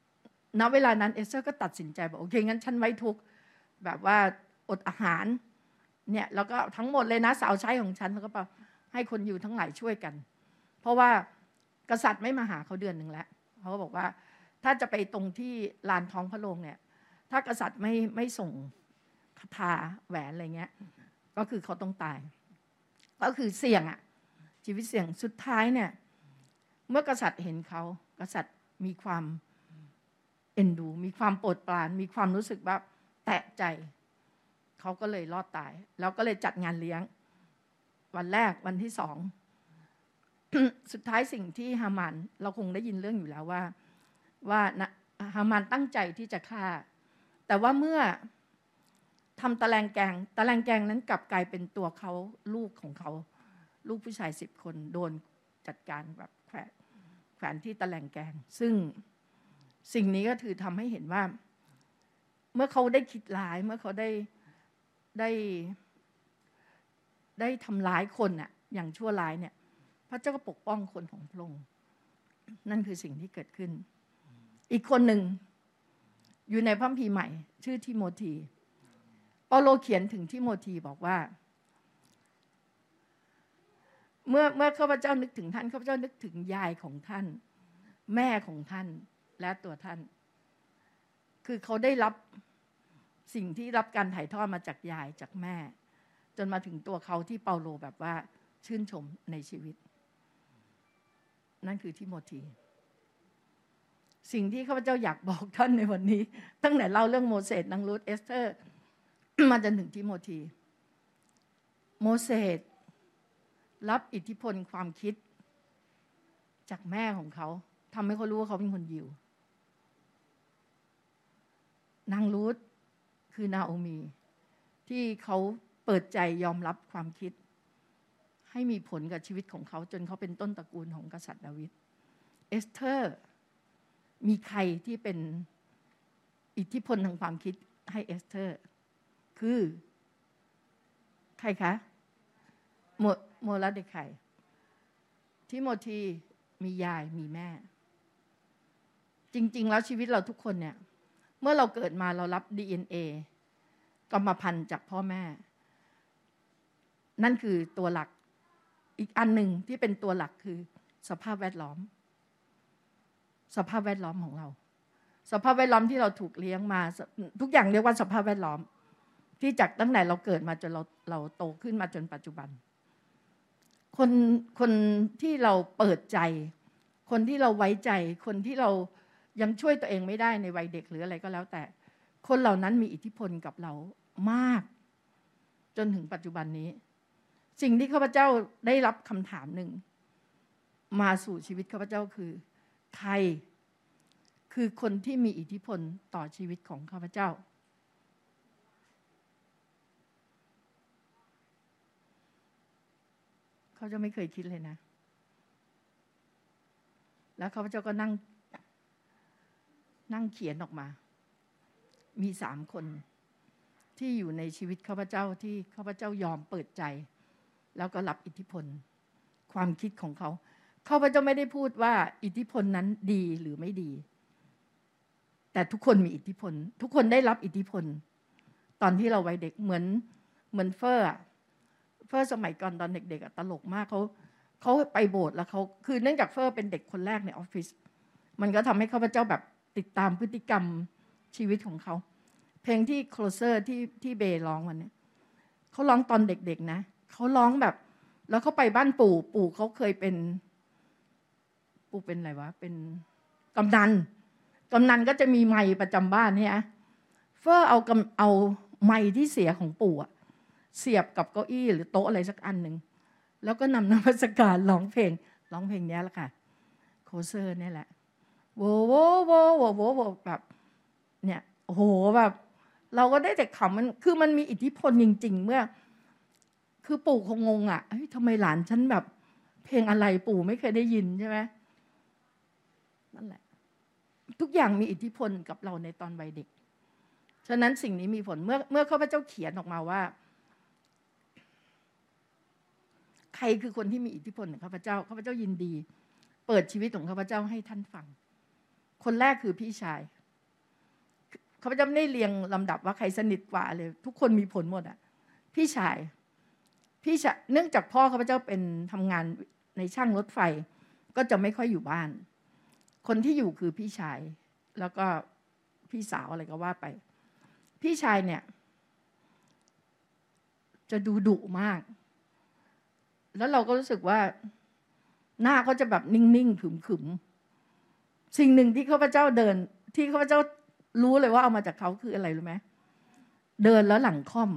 ณเวลานั้นเอสเธอร์ก็ตัดสินใจบอกโอเคงั้นฉันไว้ทุกข์แบบว่าอดอาหารเนี่ยแล้วก็ทั้งหมดเลยนะสาวใช้ของฉันแล้วก็ให้คนอยู่ทั้งหลายช่วยกันเพราะว่ากษัตริย์ไม่มาหาเขาเดือนหนึ่งแล้วเขาก็บอกว่าถ้าจะไปตรงที่ลานท้องพระโรงเนี่ยถ้ากษัตริย์ไม่ไม่ส่งคาถาแหวนอะไรเงี้ยก็คือเขาต้องตายก็คือเสี่ยงอะชีวิตเสี่ยงสุดท้ายเนี่ยเมื่อกษัตริย์เห็นเขากษัตริย์มีความเอ็นดูมีความโปรดปรานมีความรู้สึกว่าแตะใจเขาก็เลยรอดตายแล้วก็เลยจัดงานเลี้ยงวันแรกวันที่สอง สุดท้ายสิ่งที่ฮามานเราคงได้ยินเรื่องอยู่แล้วว่าว่านะฮามานตั้งใจที่จะฆ่าแต่ว่าเมื่อทำตะแลงแกงตะแลงแกงนั้นกลับกลายเป็นตัวเขาลูกของเขาลูกผู้ชายสิบคนโดนจัดการแบบแขวนแขวนที่ตะแลงแกงซึ่งสิ่งนี้ก็ถือทำให้เห็นว่าเมื่อเขาได้คิดร้ายเมื่อเขาได้ได้ได้ทำร้ายคนน่ะอย่างชั่วร้ายเนี่ยพระเจ้าก็ปกป้องคนของพระองค์นั่นคือสิ่งที่เกิดขึ้นอีกคนหนึ่งอยู่ในพระคัมภีร์ใหม่ชื่อทิโมธีเปาโลเขียนถึงทิโมธีบอกว่าเมื่อเมื่อข้าพเจ้านึกถึงท่านข้าพเจ้านึกถึงยายของท่านแม่ของท่านและตัวท่านคือเขาได้รับสิ่งที่รับการถ่ายทอดมาจากยายจากแม่จนมาถึงตัวเขาที่เปาโลแบบว่าชื่นชมในชีวิตนั่นคือทิโมธีสิ่งที่ข้าพเจ้าอยากบอกท่านในวันนี้ตั้งแต่เล่าเรื่องโมเสสนางรูธเอสเธอร์มาจนถึงทิโมธีโมเสสรับอิทธิพลความคิดจากแม่ของเขาทำให้เขารู้ว่าเขาเป็นคนยิวนางรูธคือนาโอมีที่เขาเปิดใจยอมรับความคิดให้มีผลกับชีวิตของเขาจนเขาเป็นต้นตระกูลของกษัตริย์ดาวิดเอสเธอร์มีใครที่เป็นอิทธิพลทางความคิดให้เอสเธอร์คือใครคะโมโมรัดเดไคทิโมธีมียายมีแม่จริงๆแล้วชีวิตเราทุกคนเนี่ยเมื่อเราเกิดมาเรารับ ดี เอ็น เอ กรรมพันธุ์จากพ่อแม่นั่นคือตัวหลักอีกอันหนึ่งที่เป็นตัวหลักคือสภาพแวดล้อมสภาพแวดล้อมของเราสภาพแวดล้อมที่เราถูกเลี้ยงมาทุกอย่างเรียกว่าสภาพแวดล้อมที่จากตั้งแต่เราเกิดมาจนเราเราโตขึ้นมาจนปัจจุบันคนคนที่เราเปิดใจคนที่เราไว้ใจคนที่เรายังช่วยตัวเองไม่ได้ในวัยเด็กหรืออะไรก็แล้วแต่คนเหล่านั้นมีอิทธิพลกับเรามากจนถึงปัจจุบันนี้สิ่งที่ข้าพเจ้าได้รับคำถามหนึ่งมาสู่ชีวิตข้าพเจ้าคือใครคือคนที่มีอิทธิพลต่อชีวิตของข้าพเจ้าเขาจะไม่เคยคิดเลยนะแล้วข้าพเจ้าก็นั่งนั่งเขียนออกมามีสามคนที่อยู่ในชีวิตข้าพเจ้าที่ข้าพเจ้ายอมเปิดใจแล้วก็รับอิทธิพลความคิดของเขาข้าพเจ้าไม่ได้พูดว่าอิทธิพลนั้นดีหรือไม่ดีแต่ทุกคนมีอิทธิพลทุกคนได้รับอิทธิพลตอนที่เราวัยเด็กเหมือนเหมือนเฟอร์เฟอร์สมัยก่อนตอนเด็กๆตลกมากเขาเขาไปโบสถ์แล้วเขาคือเนื่องจากเฟอร์เป็นเด็กคนแรกในออฟฟิศมันก็ทำให้ข้าพเจ้าแบบติดตามพฤติกรรมชีวิตของเขาเพลงที่ Closer ที่ที่เบย์ร้องวันนี้เขาร้องตอนเด็กๆนะเขาร้องแบบแล้วเขาไปบ้านปู่ปู่เขาเคยเป็นปู่เป็นอะไรวะเป็นกำนันกำนันก็จะมีไมค์ประจำบ้านเนี่ยเฟอร์เอาเอาไมค์ที่เสียของปู่อะเสียบกับเก้าอี้หรือโต๊ะอะไรสักอันหนึ่งแล้วก็นำนมัสการร้องเพลงร้องเพลงนี้แหละค่ะโคเซอร์นี่แหละโวโวโวโวโวโวแบบเนี่ยโอ้โหแบบเราก็ได้แต่ขำมันคือมันมีอิทธิพลจริงๆเมื่อคือปู่คงงงอ่ะเฮ้ยทำไมหลานฉันแบบเพลงอะไรปู่ไม่เคยได้ยินใช่ไหมนั่นแหละทุกอย่างมีอิทธิพลกับเราในตอนวัยเด็กฉะนั้นสิ่งนี้มีผลเมื่อเมื่อข้าพเจ้าเขียนออกมาว่าใครคือคนที่มีอิทธิพลของข้าพเจ้าข้าพเจ้ายินดีเปิดชีวิตของข้าพเจ้าให้ท่านฟังคนแรกคือพี่ชายข้าพเจ้าไม่ได้เรียงลำดับว่าใครสนิทกว่าเลยทุกคนมีผลหมดอ่ะพี่ชายพี่ชายเนื่องจากพ่อข้าพเจ้าเป็นทำงานในช่างรถไฟก็จะไม่ค่อยอยู่บ้านคนที่อยู่คือพี่ชายแล้วก็พี่สาวอะไรก็ว่าไปพี่ชายเนี่ยจะดูดุมากแล้วเราก็รู้สึกว่าหน้าเขาจะแบบนิ่งๆขึมๆสิ่งหนึ่งที่ข้าพเจ้าเดินที่ข้าพเจ้ารู้เลยว่าเอามาจากเขาคืออะไรรู้ไหมเดินแล้วหลังค่อม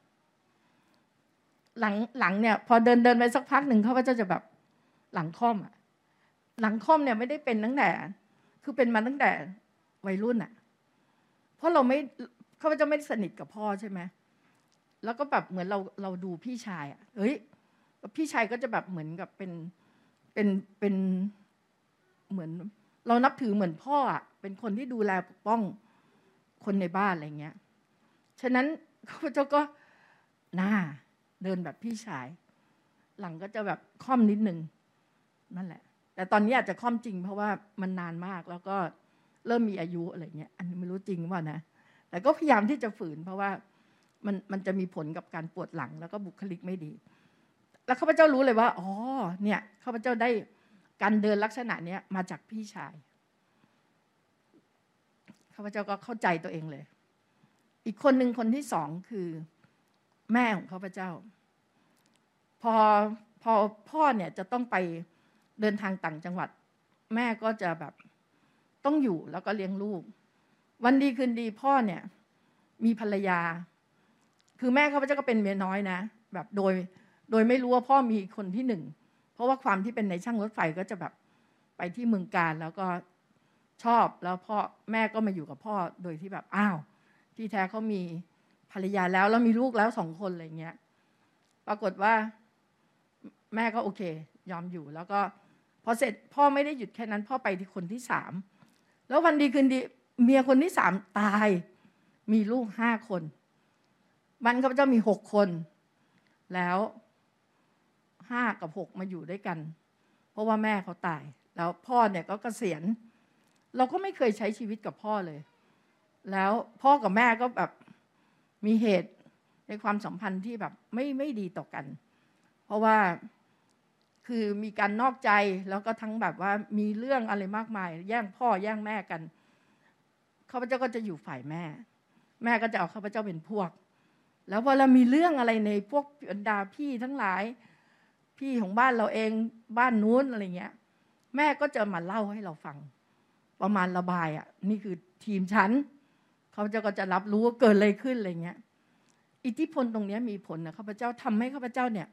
หลังหลังเนี่ยพอเดินเดินไปสักพักหนึ่งข้าพเจ้าจะแบบหลังค่อมอ่ะหลังค่อมเนี่ยไม่ได้เป็นตั้งแต่คือเป็นมาตั้งแต่วัยรุ่นอ่ะเพราะเราไม่ข้าพเจ้าไม่สนิทกับพ่อใช่ไหมแล้วก็แบบเหมือนเราเราดูพี่ชายอ่ะเฮ้ยพี่ชายก็จะแบบเหมือนกับเป็นเป็นเป็นเหมือนเรานับถือเหมือนพ่ออ่ะเป็นคนที่ดูแลปกป้องคนในบ้านอะไรเงี้ยฉะนั้นข้าพเจ้าก็หน้าเดินแบบพี่ชายหลังก็จะแบบค่อมนิดนึงนั่นแหละแต่ตอนนี้อาจจะค่อมจริงเพราะว่ามันนานมากแล้วก็เริ่มมีอายุอะไรเงี้ยอันนี้ไม่รู้จริงว่านะแต่ก็พยายามที่จะฝืนเพราะว่ามันมันจะมีผลกับการปวดหลังแล้วก็บุคลิกไม่ดีแล้วข้าพเจ้ารู้เลยว่าอ๋อเนี่ยข้าพเจ้าได้การเดินลักษณะเนี้ยมาจากพี่ชายข้าพเจ้าก็เข้าใจตัวเองเลยอีกคนหนึ่งคนที่สองคือแม่ของข้าพเจ้าพอพอพ่อเนี่ยจะต้องไปเดินทางต่างจังหวัดแม่ก็จะแบบต้องอยู่แล้วก็เลี้ยงลูกวันดีคืนดีพ่อเนี่ยมีภรรยาคือแม่ข้าพเจ้าก็เป็นเมียน้อยนะแบบโดยโดยไม่รู้ว่าพ่อมีคนที่หนึ่งเพราะว่าความที่เป็นในช่างรถไฟก็จะแบบไปที่เมืองการแล้วก็ชอบแล้วพ่อแม่ก็มาอยู่กับพ่อโดยที่แบบอ้าวที่แท้เขามีภรรยาแล้วแล้วมีลูกแล้วสองคนอะไรเงี้ยปรากฏว่าแม่ก็โอเคยอมอยู่แล้วก็พอเสร็จพ่อไม่ได้หยุดแค่นั้นพ่อไปที่คนที่สามแล้ววันดีคืนดีเมียคนที่สามตายมีลูกห้าคนบ้านข้าพเจ้ามีหกคนแล้วห้ากับหกมาอยู่ด้วยกันเพราะว่าแม่เขาตายแล้วพ่อเนี่ยก็เกษียณเราก็ไม่เคยใช้ชีวิตกับพ่อเลยแล้วพ่อกับแม่ก็แบบมีเหตุในความสัมพันธ์ที่แบบไม่ไม่ดีต่อกันเพราะว่าคือมีการนอกใจแล้วก็ทั้งแบบว่ามีเรื่องอะไรมากมายแย่งพ่อแย่งแม่กันข้าพเจ้าก็จะอยู่ฝ่ายแม่แม่ก็จะเอาข้าพเจ้าเป็นพวกแล้วพอเรามีเรื่องอะไรในพวกบรรดาพี่ทั้งหลายพี่ของบ้านเราเองบ้านนู้นอะไรเงี้ยแม่ก็จะมาเล่าให้เราฟังประมาณระบายอ่ะนี่คือทีมฉันเขาจะก็จะรับรู้ว่าเกิดอะไรขึ้นอะไรเงี้ยอิทธิพลตรงนี้มีผลนะข้าพเจ้าทำให้ข้าพเจ้าเนี่ย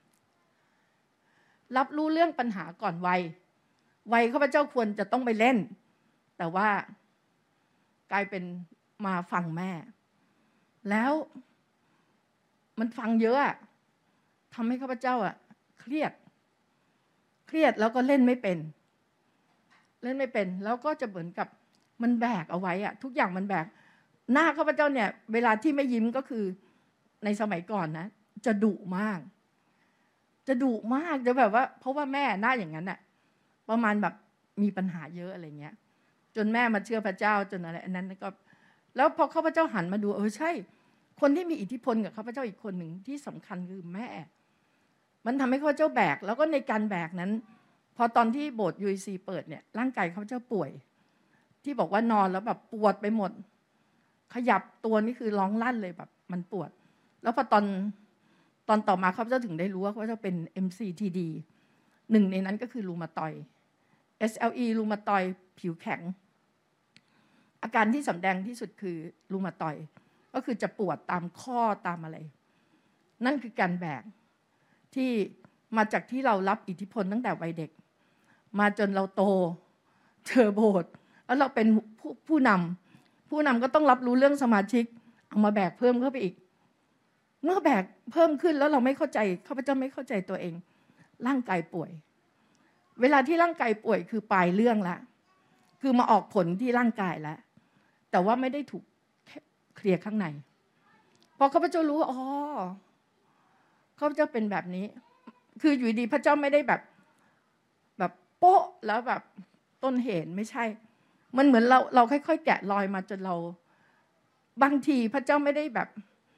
รับรู้เรื่องปัญหาก่อนวัยวัยข้าพเจ้าควรจะต้องไปเล่นแต่ว่ากลายเป็นมาฟังแม่แล้วมันฟังเยอะทำให้ข้าพเจ้าอ่ะเครียดเครียดแล้วก็เล่นไม่เป็นเล่นไม่เป็นแล้วก็จะเหมือนกับมันแบกเอาไว้อ่ะทุกอย่างมันแบกหน้าข้าพเจ้าเนี่ยเวลาที่ไม่ยิ้มก็คือในสมัยก่อนนะจะดุมากจะดุมากจะแบบว่าเพราะว่าแม่หน้าอย่างนั้นอ่ะประมาณแบบมีปัญหาเยอะอะไรเงี้ยจนแม่มาเชื่อพระเจ้าจนอะไรอันนั้นก็แล้วพอข้าพเจ้าหันมาดูเออใช่คนที่มีอิทธิพลกับข้าพเจ้าอีกคนหนึ่งที่สำคัญคือแม่มันทำให้ข้าพเจ้าแบกแล้วก็ในการแบกนั้นพอตอนที่โบสถ์ ยู อี ซี เปิดเนี่ยร่างกายข้าพเจ้าป่วยที่บอกว่านอนแล้วแบบปวดไปหมดขยับตัวนี่คือร้องลั่นเลยแบบมันปวดแล้วพอตอนตอนต่อมาข้าพเจ้าถึงได้รู้ว่าข้าพเจ้าเป็น เอ็ม ซี ที ดี หนึ่งในนั้นก็คือรูมาตอยด์ เอส แอล อี รูมาตอยด์ผิวแข็งอาการที่สำแดงที่สุดคือรูมาตอยด์ก็คือจะปวดตามข้อตามอะไรนั่นคือการแบกที่มาจากที่เรารับอิทธิพลตั้งแต่วัยเด็กมาจนเราโตเจอโบสถ์แล้วเราเป็นผู้ผู้นำผู้นำก็ต้องรับรู้เรื่องสมาชิกเอามาแบกเพิ่มเข้าไปอีกเมื่อแบกเพิ่มขึ้นแล้วเราไม่เข้าใจข้าพเจ้าไม่เข้าใจตัวเองร่างกายป่วยเวลาที่ร่างกายป่วยคือปลายเรื่องละคือมาออกผลที่ร่างกายแล้วแต่ว่าไม่ได้ถูกเคลียร์ข้างในพอข้าพเจ้ารู้อ๋อข้าพเจ้าเป็นแบบนี้คืออยู่ดีพระเจ้าไม่ได้แบบแบบโป๊ะแล้วแบบต้นเหตุไม่ใช่มันเหมือนเราเราค่อยๆแกะรอยมาจนเราบางทีพระเจ้าไม่ได้แบบ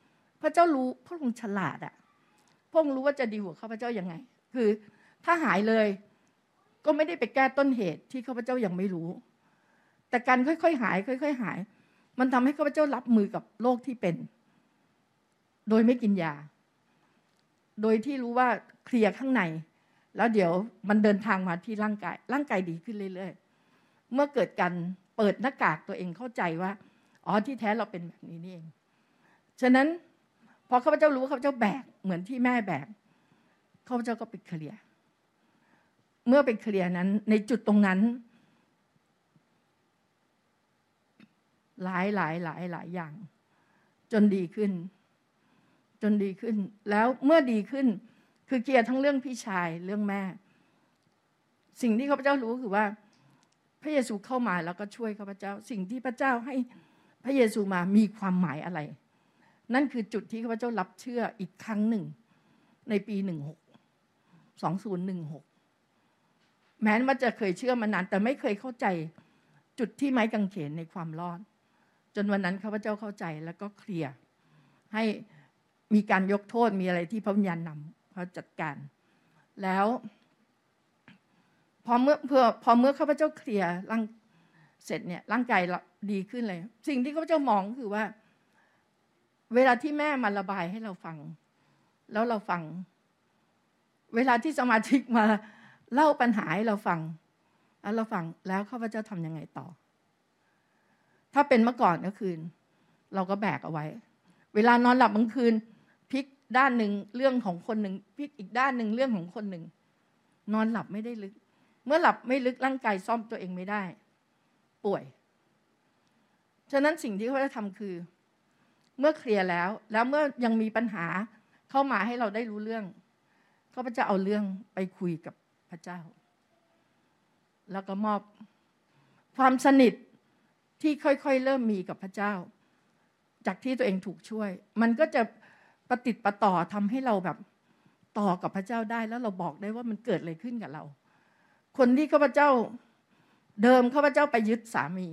พระเจ้ารู้พระองค์ฉลาดอ่ะพระองค์รู้ว่าจะดีกว่าข้าพเจ้ายังไงคือถ้าหายเลยก็ไม่ได้ไปแก้ต้นเหตุที่ข้าพเจ้ายังไม่รู้แต่การค่อยๆหายค่อยๆหายมันทำให้ข้าพเจ้ารับมือกับโรคที่เป็นโดยไม่กินยาโดยที่รู้ว่าเคลียร์ข้างในแล้วเดี๋ยวมันเดินทางมาที่ร่างกายร่างกายดีขึ้นเรื่อยๆเมื่อเกิดการเปิดหน้ากากตัวเองเข้าใจว่าอ๋อที่แท้เราเป็นแบบนี้นี่เองฉะนั้นพอข้าพเจ้ารู้ว่าข้าพเจ้าแบกเหมือนที่แม่แบกข้าพเจ้าก็ไปเคลียร์เมื่อไปเคลียร์นั้นในจุดตรงนั้นหลายหลายหลายหลายอย่างจนดีขึ้นจนดีขึ้นแล้วเมื่อดีขึ้นคือเคลียร์ทั้งเรื่องพี่ชายเรื่องแม่สิ่งที่ข้าพเจ้ารู้คือว่าพระเยซูเข้ามาแล้วก็ช่วยข้าพเจ้าสิ่งที่พระเจ้าให้พระเยซูมามีความหมายอะไรนั่นคือจุดที่ข้าพเจ้ารับเชื่ออีกครั้งหนึ่งในปีหนึ่งหกสองศูนย์หนึ่งหกแม้ว่าจะเคยเชื่อมานานแต่ไม่เคยเข้าใจจุดที่ไม้กางเขนในความรอดจนวันนั้นข้าพเจ้าเข้าใจแล้วก็เคลียร์ให้มีการยกโทษมีอะไรที่พระวิญญาณนำเขาจัดการแล้วพอเมื่อพอพอเมื่อข้าพเจ้าเคลียร์ร่างเสร็จเนี่ยร่างกายดีขึ้นเลยสิ่งที่ข้าพเจ้ามองคือว่าเวลาที่แม่มาระบายให้เราฟังแล้วเราฟังเวลาที่สมาชิกมาเล่าปัญหาให้เราฟังแล้วเราฟังแล้วข้าพเจ้าทำยังไงต่อถ้าเป็นเมื่อก่อนก็คืนเราก็แบกเอาไว้เวลานอนหลับบางคืนพลิกด้านหนึ่งเรื่องของคนหนึ่งพลิกอีกด้านหนึ่งเรื่องของคนหนึ่งนอนหลับไม่ได้ลึกเมื่อหลับไม่ลึกร่างกายซ่อมตัวเองไม่ได้ป่วยฉะนั้นสิ่งที่เขาจะทำคือเมื่อเคลียร์แล้วแล้วเมื่อยังมีปัญหาเข้ามาให้เราได้รู้เรื่องเขาจะเอาเรื่องไปคุยกับพระเจ้าแล้วก็มอบความสนิทที่ค่อยๆเริ่มมีกับพระเจ้าจากที่ตัวเองถูกช่วยมันก็จะประติดประต่อทำให้เราแบบต่อกับพระเจ้าได้แล้วเราบอกได้ว่ามันเกิดอะไรขึ้นกับเราคนที่ข้าพเจ้าเดิมข้าพเจ้าไปยึดสามี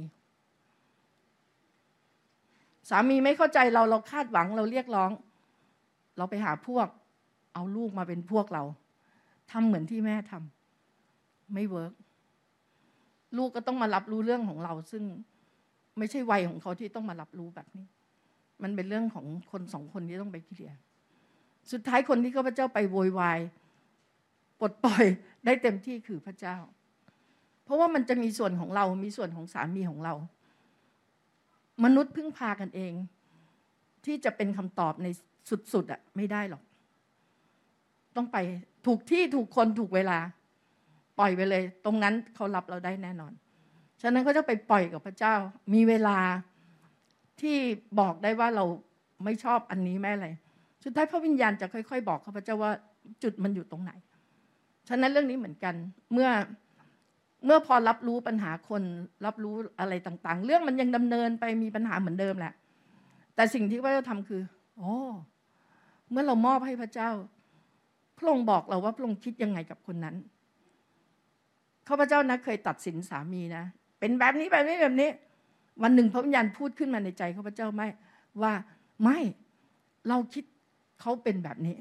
สามีไม่เข้าใจเราเราคาดหวังเราเรียกร้องเราไปหาพวกเอาลูกมาเป็นพวกเราทำเหมือนที่แม่ทำไม่เวิร์กลูกก็ต้องมารับรู้เรื่องของเราซึ่งไม่ใช่วัยของเขาที่ต้องมารับรู้แบบนี้มันเป็นเรื่องของคนสองคนที่ต้องไปเคลียร์สุดท้ายคนที่ข้าพเจ้าไปโวยวายปลดปล่อยได้เต็มที่คือพระเจ้าเพราะว่ามันจะมีส่วนของเรามีส่วนของสามีของเรามนุษย์พึ่งพากันเองที่จะเป็นคำตอบในสุดๆอ่ะไม่ได้หรอกต้องไปถูกที่ถูกคนถูกเวลาปล่อยไปเลยตรงนั้นเขารับเราได้แน่นอนฉะนั้นเขาจะไปปล่อยกับพระเจ้ามีเวลาที่บอกได้ว่าเราไม่ชอบอันนี้แม่อะไรสุดท้ายพระวิญญาณจะค่อยๆบอกข้าพเจ้าว่าจุดมันอยู่ตรงไหนฉะนั้นเรื่องนี้เหมือนกันเมื่อเมื่อพอรับรู้ปัญหาคนรับรู้อะไรต่างๆเรื่องมันยังดำเนินไปมีปัญหาเหมือนเดิมแหละแต่สิ่งที่พระเจ้าทำคือโอ้เมื่อเรามอบให้พระเจ้าพระองค์บอกเราว่าพระองค์คิดยังไงกับคนนั้นข้าพเจ้านะเคยตัดสินสามีนะเป็นแบบนี้แบบนี้แบบนี้วันหนึ่งพระวิญญาณพูดขึ้นมาในใจข้าพเจ้าไม่ว่าไม่เราคิดเขาเป็นแบบนี้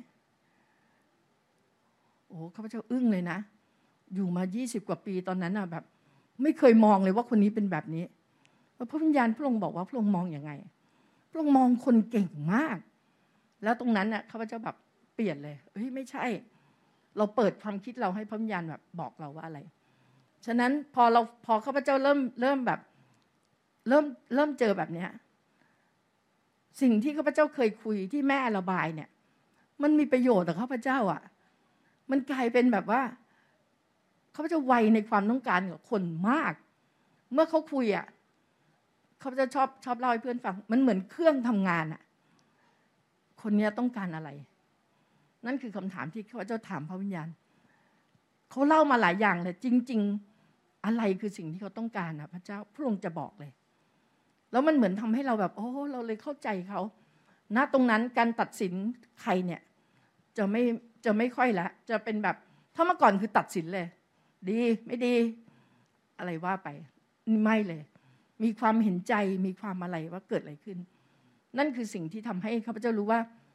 โอ้ข้าพเจ้าอึ้งเลยนะอยู่มายี่สิบกว่าปีตอนนั้นน่ะแบบไม่เคยมองเลยว่าคนนี้เป็นแบบนี้พระวิญญาณพระองค์บอกว่าพระองค์มองยังไงพระองค์มองคนเก่งมากแล้วตรงนั้นน่ะข้าพเจ้าแบบเปลี่ยนเลยเฮ้ยไม่ใช่เราเปิดความคิดเราให้พระวิญญาณแบบบอกเราว่าอะไรฉะนั้นพอเราพอข้าพเจ้าเริ่มเริ่มแบบเริ่มเริ่มเจอแบบเนี้ยสิ่งที่ข้าพเจ้าเคยคุยที่แม่ระบายเนี่ยมันมีประโยชน์ต่อข้าพเจ้าอ่ะมันกลายเป็นแบบว่าข้าพเจ้าไวในความต้องการกับคนมากเมื่อเขาคุยอ่ะข้าพเจ้าชอบชอบเล่าให้เพื่อนฟังมันเหมือนเครื่องทำงานอ่ะคนนี้ต้องการอะไรนั่นคือคำถามที่ข้าพเจ้าถามพระวิญญาณเขาเล่ามาหลายอย่างเลยจริงๆอะไรคือสิ่งที่เขาต้องการนะพระเจ้าพระองค์จะบอกเลยแล้วมันเหมือนทำให้เราแบบโอ้เราเลยเข้าใจเขาณตรงนั้นการตัดสินใครเนี่ยจะไม่จะไม่ค่อยละจะเป็นแบบถ้าเมื่อก่อนคือตัดสินเลยดีไม่ดีอะไรว่าไปไม่เลยมีความเห็นใจมีความอะไรว่าเกิดอะไรขึ้นนั่นคือสิ่งที่ทำให้ข้าพเจ้ารู้ว่า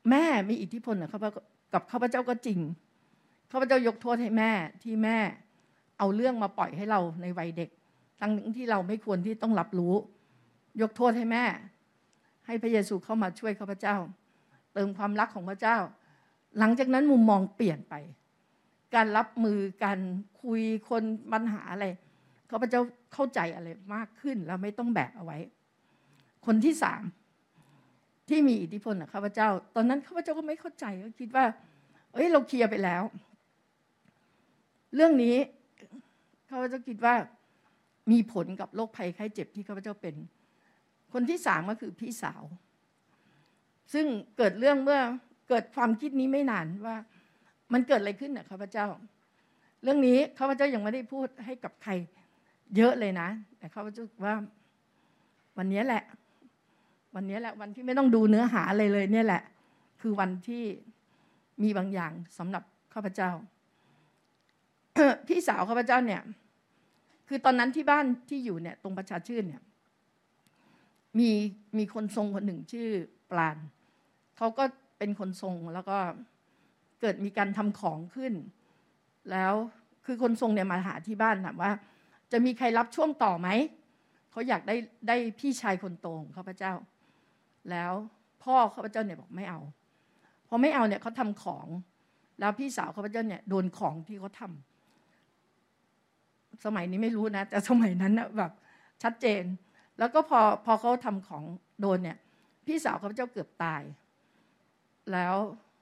แม่มีอิทธิพลกับข้าพเจ้าก็จริงข้าพเจ้ายกโทษให้แม่ที่แม่เอาเรื่องมาปล่อยให้เราในวัยเด็กทั้งที่เราไม่ควรที่ต้องรับรู้ยกโทษให้แม่ให้พระเยซูเข้ามาช่วยข้าพเจ้าเติมความรักของพระเจ้าหลังจากนั้นมุมมองเปลี่ยนไปการรับมือการคุยคนปัญหาอะไรข้าพเจ้าเข้าใจอะไรมากขึ้นแล้วไม่ต้องแบกเอาไว้คนที่สามที่มีอิทธิพลกับข้าพเจ้าตอนนั้นข้าพเจ้าก็ไม่เข้าใจก็คิดว่าเอ้ยเราเคลียร์ไปแล้วเรื่องนี้ข้าพเจ้าคิดว่ามีผลกับโรคภัยไข้เจ็บที่ข้าพเจ้าเป็นคนที่สามก็คือพี่สาวซึ่งเกิดเรื่องเมื่อเกิดความคิดนี้ไม่นานว่ามันเกิดอะไรขึ้นนะข้าพเจ้าเรื่องนี้ข้าพเจ้ายังไม่ได้พูดให้กับใครเยอะเลยนะแต่ข้าพเจ้าว่าวันนี้แหละวันนี้แหละวันที่ไม่ต้องดูเนื้อหาอะไรเลยเนี่ยแหละคือวันที่มีบางอย่างสำหรับข้าพเจ้า พี่สาวข้าพเจ้าเนี่ยคือตอนนั้นที่บ้านที่อยู่เนี่ยตรงประชาชื่นเนี่ยมีมีคนทรงคนหนึ่งชื่อปราณเขาก็เป็นคนทรงแล้วก็เกิดมีการทำของขึ้นแล้วคือคนทรงเนี่ยมาหาที่บ้านถามว่าจะมีใครรับช่วงต่อไหมเขาอยากได้ได้พี่ชายคนโตของข้าพเจ้าแล้วพ่อข้าพเจ้าเนี่ยบอกไม่เอาพอไม่เอาเนี่ยเขาทำของแล้วพี่สาวข้าพเจ้าเนี่ยโดนของที่เขาทำสมัยนี้ไม่รู้นะแต่สมัยนั้นนะแบบชัดเจนแล้วก็พอพอเขาทำของโดนเนี่ยพี่สาวข้าพเจ้าเกือบตายแล้ว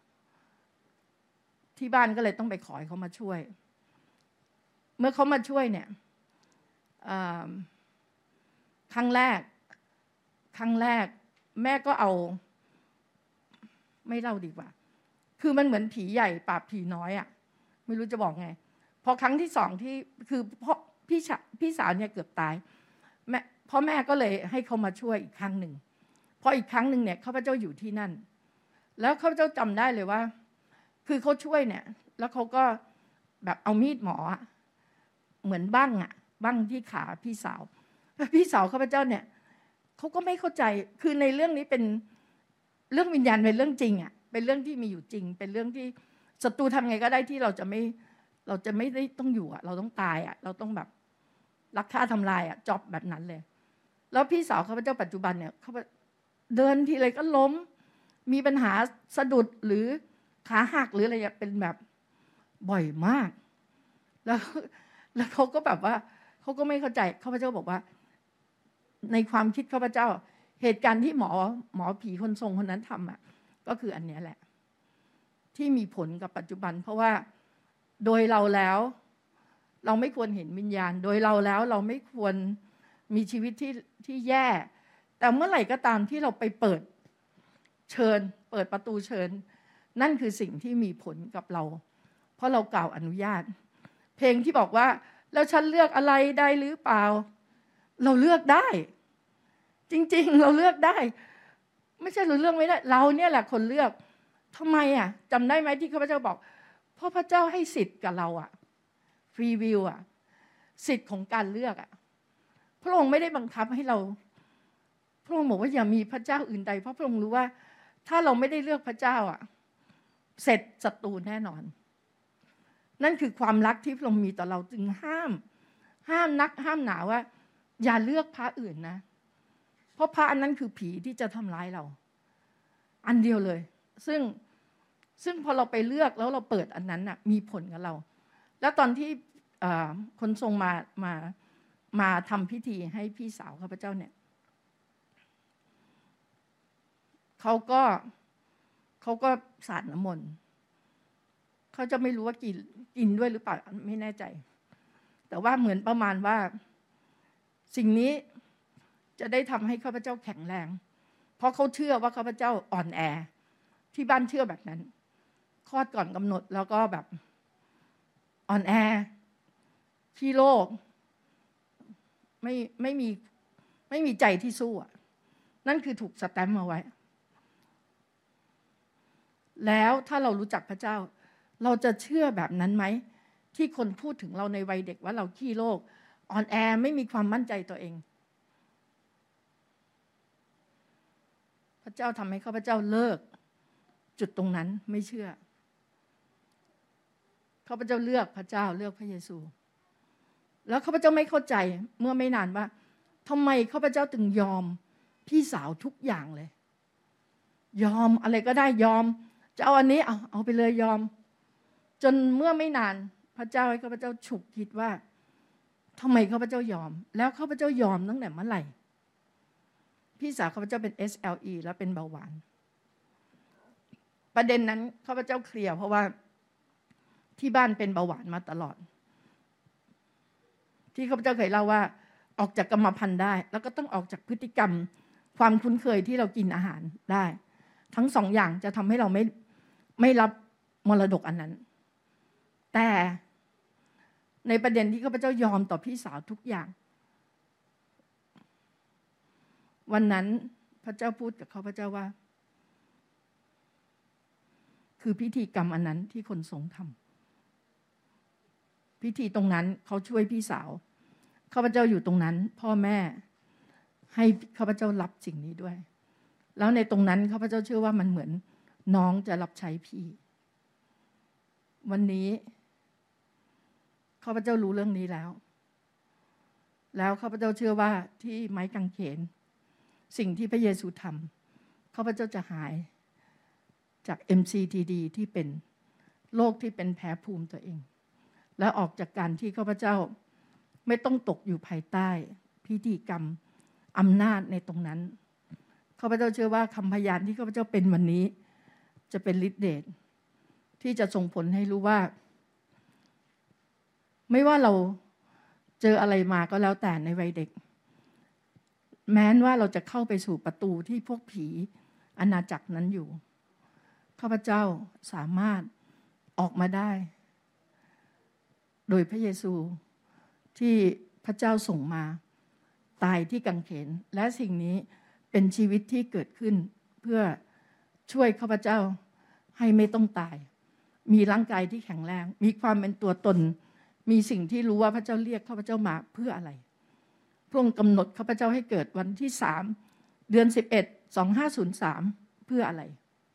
ที่บ้านก็เลยต้องไปขอให้เขามาช่วยเมื่อเขามาช่วยเนี่ยครั้งแรกครั้งแรกแม่ก็เอาไม่เล่าดีกว่าคือมันเหมือนผีใหญ่ปราบผีน้อยอ่ะไม่รู้จะบอกไงพอครั้งที่สองที่คือพ่อพี่พี่สาวเนี่ยเกือบตายแม่พ่อแม่ก็เลยให้เขามาช่วยอีกครั้งหนึ่งพออีกครั้งหนึ่งเนี่ยข้าพเจ้าอยู่ที่นั่นแล้วข้าพเจ้าจำได้เลยว่าคือเขาช่วยเนี่ยแล้วเขาก็แบบเอามีดหมอเหมือนบั้งอ่ะบั้งที่ขาพี่สาวพี่สาวข้าพเจ้าเนี่ยเขาก็ไม่เข้าใจคือในเรื่องนี้เป็นเรื่องวิญญาณเป็นเรื่องจริงอ่ะเป็นเรื่องที่มีอยู่จริงเป็นเรื่องที่ศัตรูทำไงก็ได้ที่เราจะไม่เราจะไม่ได้ต้องอยู่อ่ะเราต้องตายอ่ะเราต้องแบบรักฆ่าทำลายอ่ะจ็อบแบบนั้นเลยแล้วพี่สาวข้าพเจ้าปัจจุบันเนี่ยเขาเดินทีไรก็ล้มมีปัญหาสะดุดหรือขาหักหรืออะไรเป็นแบบบ่อยมากแล้วแล้วเขาก็แบบว่าเขาก็ไม่เข้าใจข้าพเจ้าบอกว่าในความคิดข้าพเจ้าเหตุการณ์ที่หมอหมอผีคนทรงคนนั้นทำอ่ะก็คืออันนี้แหละที่มีผลกับปัจจุบันเพราะว่าโดยเราแล้วเราไม่ควรเห็นวิญญาณโดยเราแล้วเราไม่ควรมีชีวิตที่ที่แย่แต่เมื่อไหร่ก็ตามที่เราไปเปิดเชิญเปิดประตูเชิญนั่นคือสิ่งที่มีผลกับเราเพราะเรากล่าวอนุญาตเพลงที่บอกว่าแล้วฉันเลือกอะไรได้หรือเปล่าเราเลือกได้จริงๆเราเลือกได้ไม่ใช่เราเลือกไม่ได้เราเนี่ยแหละคนเลือกทำไมอ่ะจำได้ไหมที่ข้าพเจ้าบอกเพราะพระเจ้าให้สิทธิ์กับเราอ่ะฟรีวิวอ่ะสิทธิ์ของการเลือกอ่ะพระองค์ไม่ได้บังคับให้เราพระองค์บอกว่าอย่ามีพระเจ้าอื่นใดเพราะพระองค์รู้ว่าถ้าเราไม่ได้เลือกพระเจ้าอ่ะเสร็จศัตรูแน่นอนนั่นคือความรักที่พระองค์มีต่อเราจึงห้ามห้ามนักห้ามหนาว่าอย่าเลือกพระอื่นนะเพราะพระอันนั้นคือผีที่จะทำร้ายเราอันเดียวเลยซึ่งซึ่งพอเราไปเลือกแล้วเราเปิดอันนั้นน่ะมีผลกับเราแล้วตอนที่คนทรงมามามาทำพิธีให้พี่สาวข้าพเจ้าเนี่ยเขาก็เขาก็สาดน้ำมนต์เขาจะไม่รู้ว่ากินกินด้วยหรือเปล่าไม่แน่ใจแต่ว่าเหมือนประมาณว่าสิ่งนี้จะได้ทำให้ข้าพเจ้าแข็งแรงเพราะเขาเชื่อว่าข้าพเจ้าอ่อนแอที่บ้านเชื่อแบบนั้นคลอดก่อนกำหนดแล้วก็แบบอ่อนแอขี้โรคไม่ไม่มีไม่มีใจที่สู้อ่ะนั่นคือถูกสแตมป์มาไว้แล้วถ้าเรารู้จักพระเจ้าเราจะเชื่อแบบนั้นไหมที่คนพูดถึงเราในวัยเด็กว่าเราขี้โรคอ่อนแอไม่มีความมั่นใจตัวเองพระเจ้าทำให้ข้าพเจ้าเลิกจุดตรงนั้นไม่เชื่อข้าพเจ้าเลือกพระเจ้าเลือกพระเยซูแล้วข้าพเจ้าไม่เข้าใจเมื่อไม่นานว่าทำไมข้าพเจ้าถึงยอมพี่สาวทุกอย่างเลยยอมอะไรก็ได้ยอมจะเอาอันนี้เอาเอาไปเลยยอมจนเมื่อไม่นานพระเจ้าให้ข้าพเจ้าฉุกคิดว่าทำไมข้าพเจ้ายอมแล้วข้าพเจ้ายอมตั้งแต่เมื่อไหร่พี่สาวข้าพเจ้าเป็น เอส แอล อี แล้วเป็นเบาหวานประเด็นนั้นข้าพเจ้าเคลียร์เพราะว่าที่บ้านเป็นเบาหวานมาตลอดที่ข้าพเจ้าเคยเล่าว่าออกจากกรรมพันธุ์ได้แล้วก็ต้องออกจากพฤติกรรมความคุ้นเคยที่เรากินอาหารได้ทั้งสองอย่างจะทำให้เราไม่ไม่รับมรดกอันนั้นแต่ในประเด็นที่ข้าพเจ้ายอมต่อพี่สาวทุกอย่างวันนั้นพระเจ้าพูดกับข้าพเจ้าว่าคือพิธีกรรมอันนั้นที่คนทรงทำพิธีตรงนั้นเขาช่วยพี่สาวข้าพเจ้าอยู่ตรงนั้นพ่อแม่ให้ข้าพเจ้ารับสิ่งนี้ด้วยแล้วในตรงนั้นข้าพเจ้าเชื่อว่ามันเหมือนน้องจะรับใช้พี่วันนี้ข้าพเจ้ารู้เรื่องนี้แล้วแล้วข้าพเจ้าเชื่อว่าที่ไม้กางเขนสิ่งที่พระเยซูทำข้าพเจ้าจะหายจาก เอ็ม ซี ที ดี ที่เป็นโรคที่เป็นแพ้ภูมิตัวเองและออกจากการที่ข้าพเจ้าไม่ต้องตกอยู่ภายใต้พิธีกรรมอำนาจในตรงนั้นข้าพเจ้าเชื่อว่าคำพยานที่ข้าพเจ้าเป็นวันนี้จะเป็นฤทธิ์เดชที่จะส่งผลให้รู้ว่าไม่ว่าเราเจออะไรมาก็แล้วแต่ในวัยเด็กแม้ว่าเราจะเข้าไปสู่ประตูที่พวกผีอาณาจักรนั้นอยู่ข้าพเจ้าสามารถออกมาได้โดยพระเยซูที่พระเจ้าส่งมาตายที่กางเขนและสิ่งนี้เป็นชีวิตที่เกิดขึ้นเพื่อช่วยข้าพเจ้าให้ไม่ต้องตายมีร่างกายที่แข็งแรงมีความเป็นตัวตนมีสิ่งที่รู้ว่าพระเจ้าเรียกข้าพเจ้ามาเพื่ออะไรพระองค์กำหนดข้าพเจ้าให้เกิดวันที่สามเดือนสิบเอ็ด สองพันห้าร้อยสามเพื่ออะไร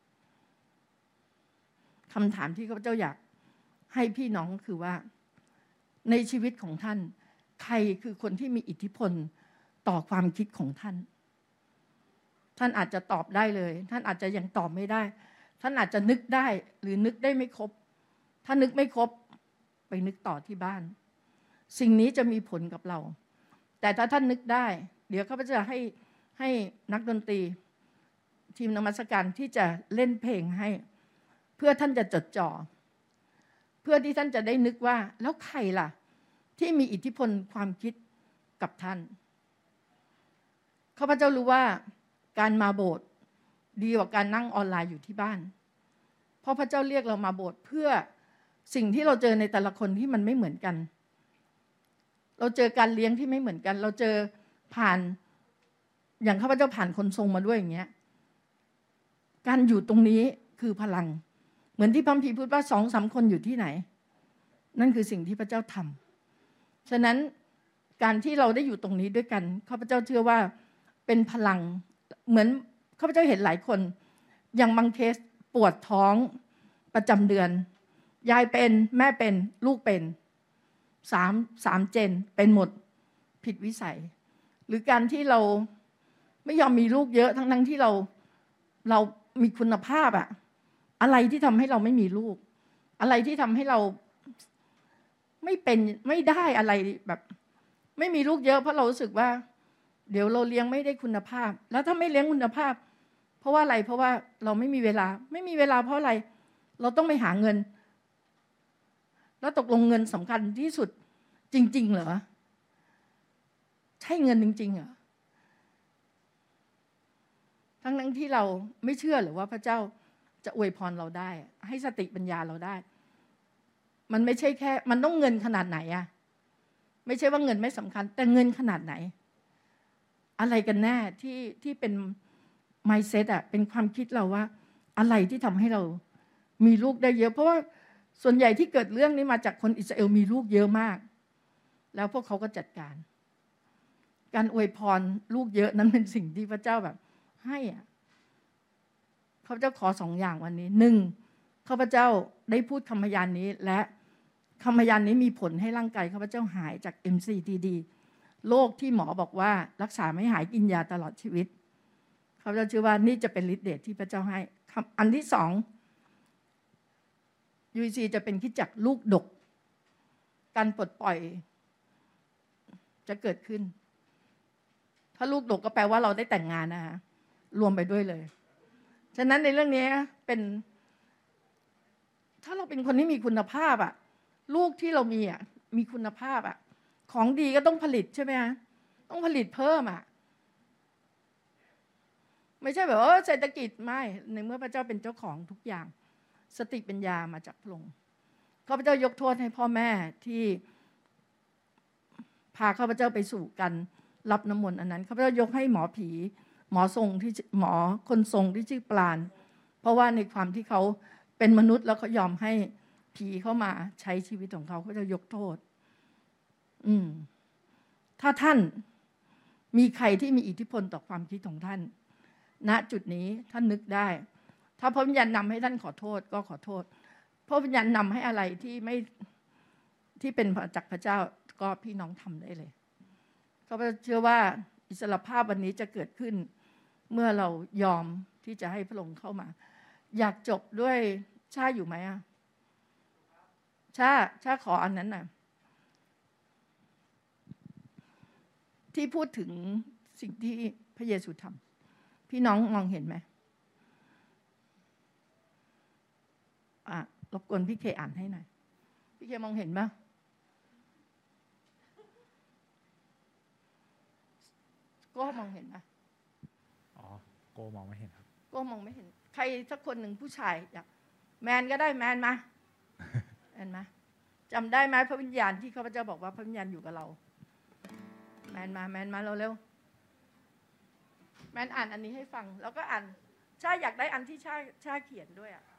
คำถามที่ข้าพเจ้าอยากให้พี่น้องก็คือว่าในชีวิตของท่านใครคือคนที่มีอิทธิพลต่อความคิดของท่านท่านอาจจะตอบได้เลยท่านอาจจะยังตอบไม่ได้ท่านอาจจะนึกได้หรือนึกได้ไม่ครบถ้านึกไม่ครบไปนึกต่อที่บ้านสิ่งนี้จะมีผลกับเราแต่ถ้าท่านนึกได้เดี๋ยวข้าพเจ้าให้ให้นักดนตรีทีมนมัสการที่จะเล่นเพลงให้เพื่อท่านจะจดจ่อเพื่อที่ท่านจะได้นึกว่าแล้วใครล่ะที่มีอิทธิพลความคิดกับท่านข้าพเจ้ารู้ว่าการมาโบสถ์ดีกว่าการนั่งออนไลน์อยู่ที่บ้านเพราะพระเจ้าเรียกเรามาโบสถ์เพื่อสิ่งที่เราเจอในแต่ละคนที่มันไม่เหมือนกันเราเจอการเลี้ยงที่ไม่เหมือนกันเราเจอผ่านอย่างข้าพเจ้าผ่านคนทรงมาด้วยอย่างเงี้ยการอยู่ตรงนี้คือพลังเหมือนที่พระคัมภีร์พูดว่าสองสามคนอยู่ที่ไหนนั่นคือสิ่งที่พระเจ้าทำฉะนั้นการที่เราได้อยู่ตรงนี้ด้วยกันข้าพเจ้าเชื่อว่าเป็นพลังเหมือนข้าพเจ้าเห็นหลายคนอย่างบางเคสปวดท้องประจำเดือนยายเป็นแม่เป็นลูกเป็นสามสามเจนเป็นหมดผิดวิสัยหรือการที่เราไม่ยอมมีลูกเยอะทั้งทั้งที่เราเรามีคุณภาพอะอะไรที่ทำให้เราไม่มีลูกอะไรที่ทำให้เราไม่เป็นไม่ได้อะไรแบบไม่มีลูกเยอะเพราะเรารู้สึกว่าเดี๋ยวเราเลี้ยงไม่ได้คุณภาพแล้วถ้าไม่เลี้ยงคุณภาพเพราะว่าอะไรเพราะว่าเราไม่มีเวลาไม่มีเวลาเพราะอะไรเราต้องไปหาเงินแล้วตกลงเงินสำคัญที่สุดจริงๆเหรอใช่เงินจริงๆเหรอทั้งนั้นที่เราไม่เชื่อหรือว่าพระเจ้าจะอวยพรเราได้ให้สติปัญญาเราได้มันไม่ใช่แค่มันต้องเงินขนาดไหนอะไม่ใช่ว่าเงินไม่สำคัญแต่เงินขนาดไหนอะไรกันแน่ที่ที่เป็น mindset อะเป็นความคิดเราว่าอะไรที่ทำให้เรามีลูกได้เยอะเพราะว่าส่วนใหญ่ที่เกิดเรื่องนี้มาจากคนอิสราเอลมีลูกเยอะมากแล้วพวกเขาก็จัดการการอวยพรลูกเยอะนั้นเป็นสิ่งที่พระเจ้าแบบให้อะข้าพเจ้าขอสองอย่างวันนี้หนึ่งข้าพเจ้าได้พูดคำพยานนี้และคำพยานนี้มีผลให้ร่างกายข้าพเจ้าหายจาก เอ็ม ซี ที ดี โรคที่หมอบอกว่ารักษาไม่หายกินยาตลอดชีวิตข้าพเจ้าเชื่อว่านี่จะเป็นฤทธิ์เดชที่พระเจ้าให้อันที่สอง ยู อี ซี จะเป็นคริสตจักรลูกดกการปลดปล่อยจะเกิดขึ้นถ้าลูกดกก็แปลว่าเราได้แต่งงานนะคะรวมไปด้วยเลยฉะนั้นในเรื่องนี้เป็นถ้าเราเป็นคนที่มีคุณภาพอ่ะลูกที่เรามีอ่ะมีคุณภาพอ่ะของดีก็ต้องผลิตใช่ไหมฮะต้องผลิตเพิ่มอ่ะไม่ใช่แบบว่าเศรษฐกิจไม่ในเมื่อพระเจ้าเป็นเจ้าของทุกอย่างสติปัญญามาจากพระองค์ข้าพเจ้ายกโทษให้พ่อแม่ที่พาข้าพเจ้าไปสู่กันรับน้ำมนต์อันนั้นข้าพเจ้ายกให้หมอผีหมอทรงที่หมอคนทรงที่ชื่อปราณเพราะว่าในความที่เขาเป็นมนุษย์แล้วเขายอมให้ผีเข้ามาใช้ชีวิตของเขาเขาจะยกโทษอืมถ้าท่านมีใครที่มีอิทธิพลต่อความคิดของท่านณจุดนี้ท่านนึกได้ถ้าพระวิญญาณนำให้ท่านขอโทษก็ขอโทษพระวิญญาณนำให้อะไรที่ไม่ที่เป็นจากพระเจ้าก็พี่น้องทำได้เลยก็เชื่อว่าอิสรภาพวันนี้จะเกิดขึ้นเมื่อเรายอมที่จะให้พระองค์เข้ามาอยากจบด้วยชาอยู่ไหมอ่ะชาชาขออันนั้นน่ะที่พูดถึงสิ่งที่พระเยซูทำพี่น้องมองเห็นไหมอ่ะรบกวนพี่เคอ่านให้หน่อยพี่เคมองเห็นไหมก็มองเห็นไหมอ๋อโก้มองไม่เห็นครับก็มองไม่เห็นใครสักคนหนึ่งผู้ชายอยากแมนก็ได้แมนมา แมนมาจำได้ไหมพระวิญญาณที่ข้าพเจ้าบอกว่าพระวิญญาณอยู่กับเราแมนมาแมนมาเร็วๆแมนอ่านอันนี้ให้ฟังแล้วก็อ่านชาอยากได้อันที่ชาชาเขียนด้วยอ่ะ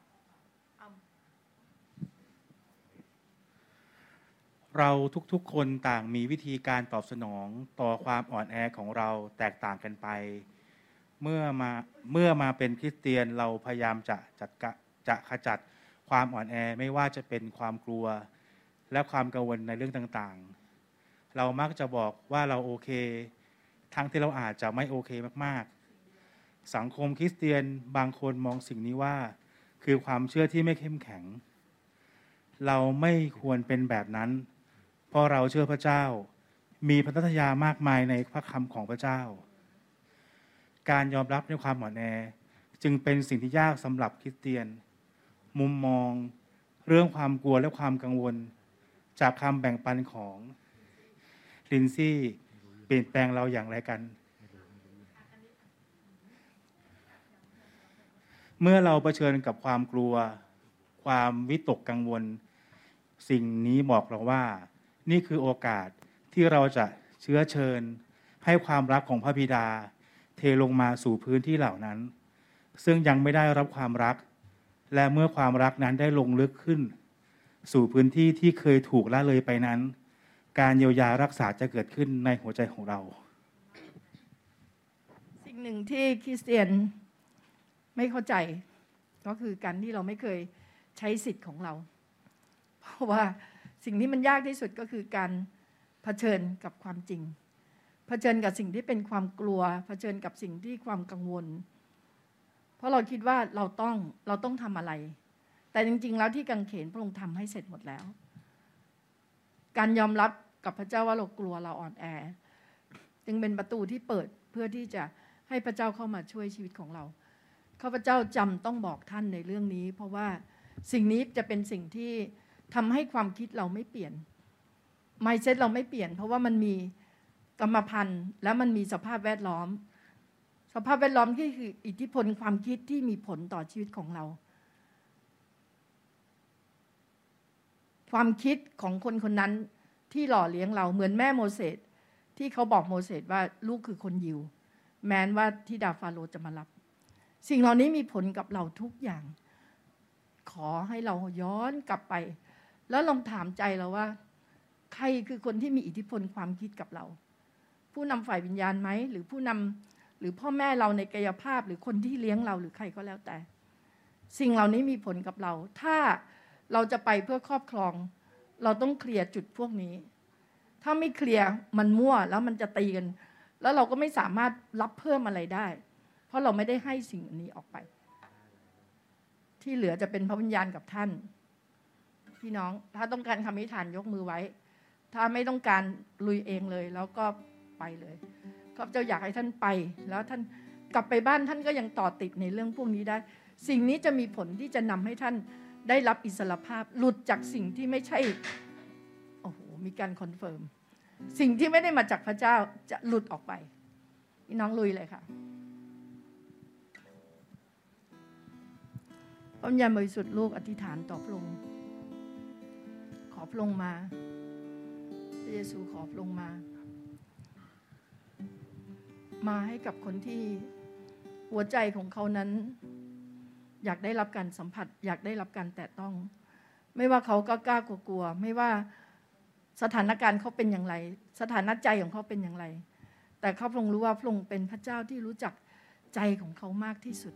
เราทุกๆคนต่างมีวิธีการตอบสนองต่อความอ่อนแอของเราแตกต่างกันไปเมื่อมาเมื่อมาเป็นคริสเตียนเราพยายามจะจัดจะขจัดความอ่อนแอไม่ว่าจะเป็นความกลัวและความกังวลในเรื่องต่างๆเรามักจะบอกว่าเราโอเคทั้งที่เราอาจจะไม่โอเคมากๆสังคมคริสเตียนบางคนมองสิ่งนี้ว่าคือความเชื่อที่ไม่เข้มแข็งเราไม่ควรเป็นแบบนั้นเพราะเราเชื่อพระเจ้ามีพันธยามากมายในพระคำของพระเจ้าการยอมรับในความอ่อนแอจึงเป็นสิ่งที่ยากสำหรับคริสเตียนมุมมองเรื่องความกลัวและความกังวลจากคำแบ่งปันของลินซี่เปลี่ยนแปลงเราอย่างไรกันเมื่อเราเผชิญกับความกลัวความวิตกกังวลสิ่งนี้บอกเราว่านี่คือโอกาสที่เราจะเชื้อเชิญให้ความรักของพระบิดาเทลงมาสู่พื้นที่เหล่านั้นซึ่งยังไม่ได้รับความรักและเมื่อความรักนั้นได้ลงลึกขึ้นสู่พื้นที่ที่เคยถูกละเลยไปนั้นการเยียวยารักษาจะเกิดขึ้นในหัวใจของเราสิ่งหนึ่งที่คริสเตียนไม่เข้าใจก็คือการที่เราไม่เคยใช้สิทธิ์ของเราเพราะว่าสิ่งที่มันยากที่สุดก็คือการเผชิญกับความจริงเผชิญกับสิ่งที่เป็นความกลัวเผชิญกับสิ่งที่ความกังวลเพราะเราคิดว่าเราต้องเราต้องทำอะไรแต่จริงๆแล้วที่กังเขนพระองค์ทำให้เสร็จหมดแล้วการยอมรับกับพระเจ้าว่าเรากลัวเราอ่อนแอจึงเป็นประตูที่เปิดเพื่อที่จะให้พระเจ้าเข้ามาช่วยชีวิตของเราข้าพเจ้าจำต้องบอกท่านในเรื่องนี้เพราะว่าสิ่งนี้จะเป็นสิ่งที่ทำให้ความคิดเราไม่เปลี่ยน mindset เราไม่เปลี่ยนเพราะว่ามันมีกรรมพันธุ์และมันมีสภาพแวดล้อมสภาพแวดล้อมที่คืออิทธิพลความคิดที่มีผลต่อชีวิตของเราความคิดของคนคนนั้นที่หล่อเลี้ยงเราเหมือนแม่โมเสสที่เขาบอกโมเสสว่าลูกคือคนยิวแม้ว่าที่ดาฟาโรห์จะมารับสิ่งเหล่านี้มีผลกับเราทุกอย่างขอให้เราย้อนกลับไปแล้วลองถามใจเราว่าใครคือคนที่มีอิทธิพลความคิดกับเราผู้นำฝ่ายวิญญาณไหมหรือผู้นำหรือพ่อแม่เราในกายภาพหรือคนที่เลี้ยงเราหรือใครก็แล้วแต่สิ่งเหล่านี้มีผลกับเรา ถ้าเราจะไปเพื่อครอบครองเราต้องเคลียร์จุดพวกนี้ถ้าไม่เคลียร์มันมั่วแล้วมันจะตีกันแล้วเราก็ไม่สามารถรับเพิ่มอะไรได้เพราะเราไม่ได้ให้สิ่งนี้ออกไปที่เหลือจะเป็นพระวิญญาณกับท่านพี่น้องถ้าต้องการคำอธิษฐานยกมือไว้ถ้าไม่ต้องการลุยเองเลยแล้วก็ไปเลยข้าพเจ้าอยากให้ท่านไปแล้วท่านกลับไปบ้านท่านก็ยังต่อติดในเรื่องพวกนี้ได้สิ่งนี้จะมีผลที่จะนำให้ท่านได้รับอิสรภาพหลุดจากสิ่งที่ไม่ใช่โอ้โหมีการคอนเฟิร์มสิ่งที่ไม่ได้มาจากพระเจ้าจะหลุดออกไปพี่น้องลุยเลยค่ะพระวิญญาณบริสุทธิ์ลูกอธิษฐานต่อพระองค์ขอพระองค์มาพระเยซูขอพระองค์มามาให้กับคนที่หัวใจของเขานั้นอยากได้รับการสัมผัสอยากได้รับการแตะต้องไม่ว่าเขาก็กล้ากลัวๆไม่ว่าสถานการณ์เขาเป็นอย่างไรสถานะใจของเขาเป็นอย่างไรแต่เขาพระองค์รู้ว่าพระองค์เป็นพระเจ้าที่รู้จักใจของเขามากที่สุด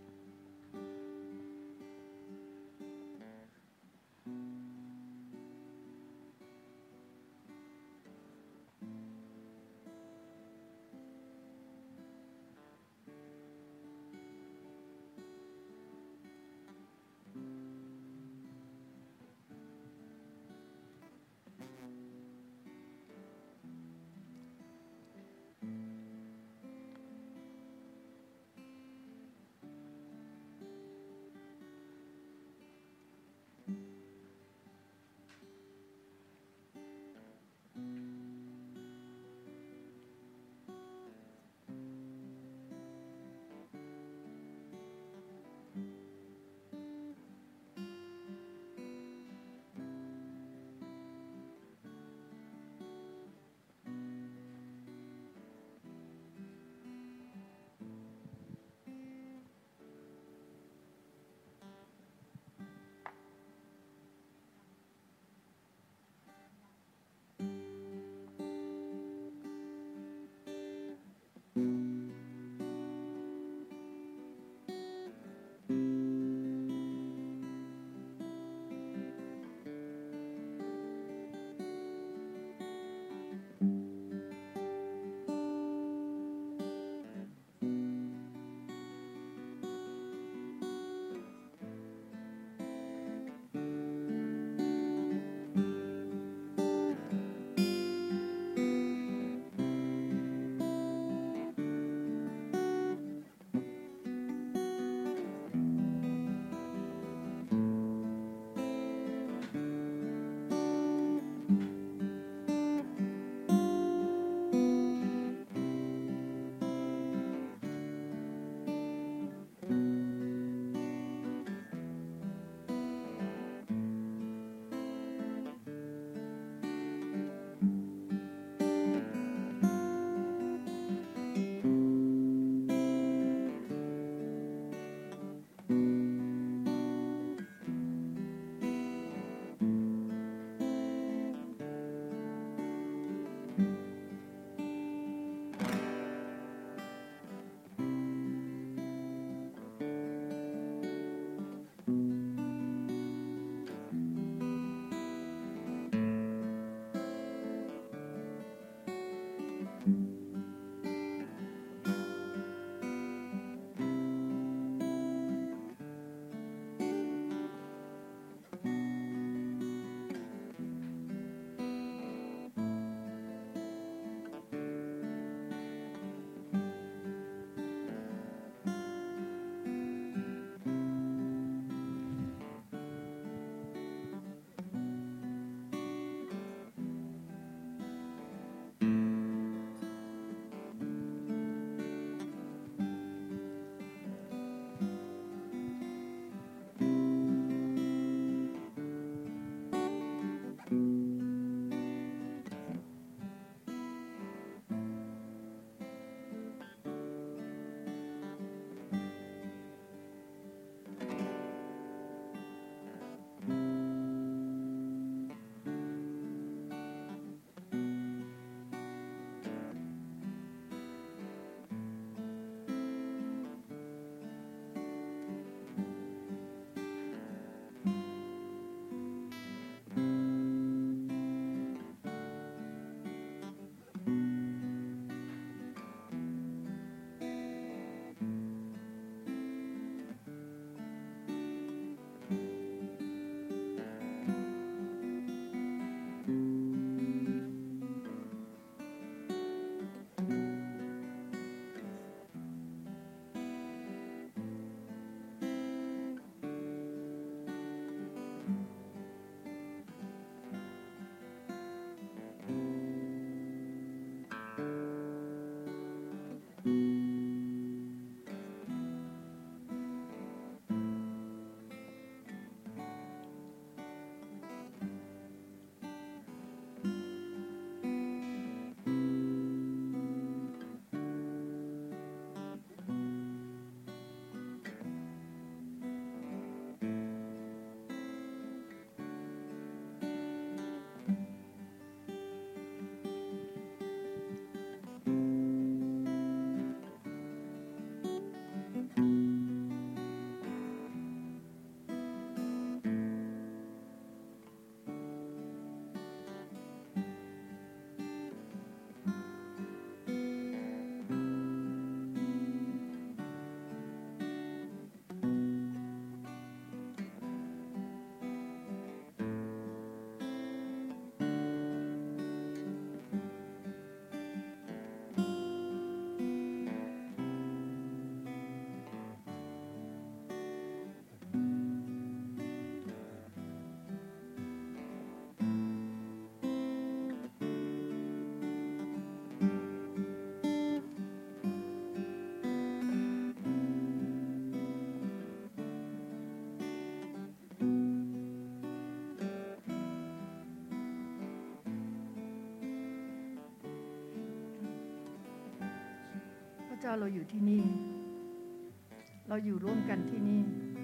เจ้าเราอยู่ที่นี่เราอยู่ร่วมกันที่นี่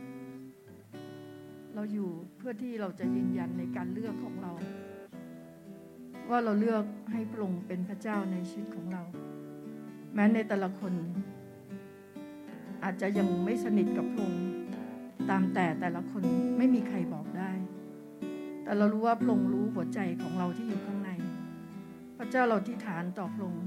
เราอยู่เพื่อที่เราจะยืนยันในการเลือกของเราว่าเราเลือกให้พระองค์เป็นพระเจ้าในชีวิตของเราแม้ในแต่ละคนอาจจะยังไม่สนิทกับพระองค์ตามแต่แต่ละคนไม่มีใครบอกได้แต่เรารู้ว่าพระองค์รู้หัวใจของเราที่อยู่ข้างในพระเจ้าเราที่ฐานต่อพระองค์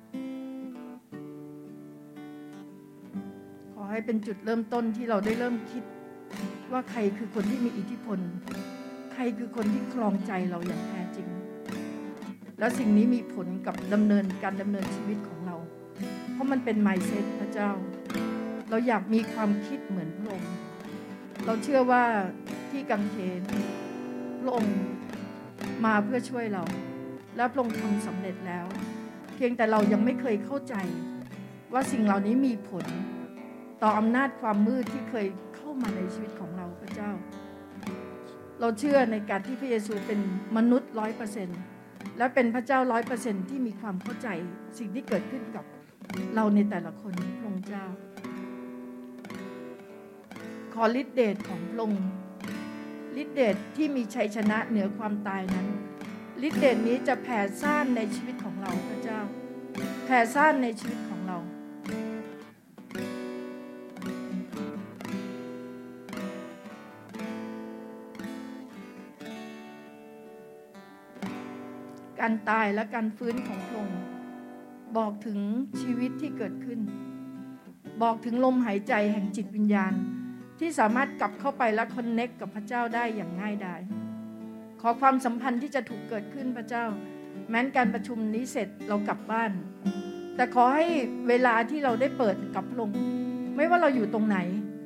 ขอให้เป็นจุดเริ่มต้นที่เราได้เริ่มคิดว่าใครคือคนที่มีอิทธิพลใครคือคนที่ครองใจเราอย่างแท้จริงแล้วสิ่งนี้มีผลกับดำเนินการดำเนินชีวิตของเราเพราะมันเป็น mindset พระเจ้าเราอยากมีความคิดเหมือนพระองค์เราเชื่อว่าที่กังเขนพระองค์มาเพื่อช่วยเราและพระองค์ทำสำเร็จแล้วเพียงแต่เรายังไม่เคยเข้าใจว่าสิ่งเหล่านี้มีผลต่ออำนาจความมืดที่เคยเข้ามาในชีวิตของเราพระเจ้าเราเชื่อในการที่พระเยซูเป็นมนุษย์ ร้อยเปอร์เซ็นต์ และเป็นพระเจ้า ร้อยเปอร์เซ็นต์ ที่มีความเข้าใจสิ่งที่เกิดขึ้นกับเราในแต่ละคนพระองค์เจ้าขอฤทธิเดชของพระองค์ฤทธิเดชที่มีชัยชนะเหนือความตายนั้นฤทธิเดชนี้จะแผ่ซ่านในชีวิตของเราพระเจ้าแผ่ซ่านในชีวิตของเราการตายและการฟื้นของพระองค์บอกถึงชีวิตที่เกิดขึ้นบอกถึงลมหายใจแห่งจิตวิญญาณที่สามารถกลับเข้าไปและคอนเนคกับพระเจ้าได้อย่างง่ายดายขอความสัมพันธ์ที่จะถูกเกิดขึ้นพระเจ้าแม้นการประชุมนี้เสร็จเรากลับบ้านแต่ขอให้เวลาที่เราได้เปิดกับพระองค์ไม่ว่าเราอยู่ตรงไหน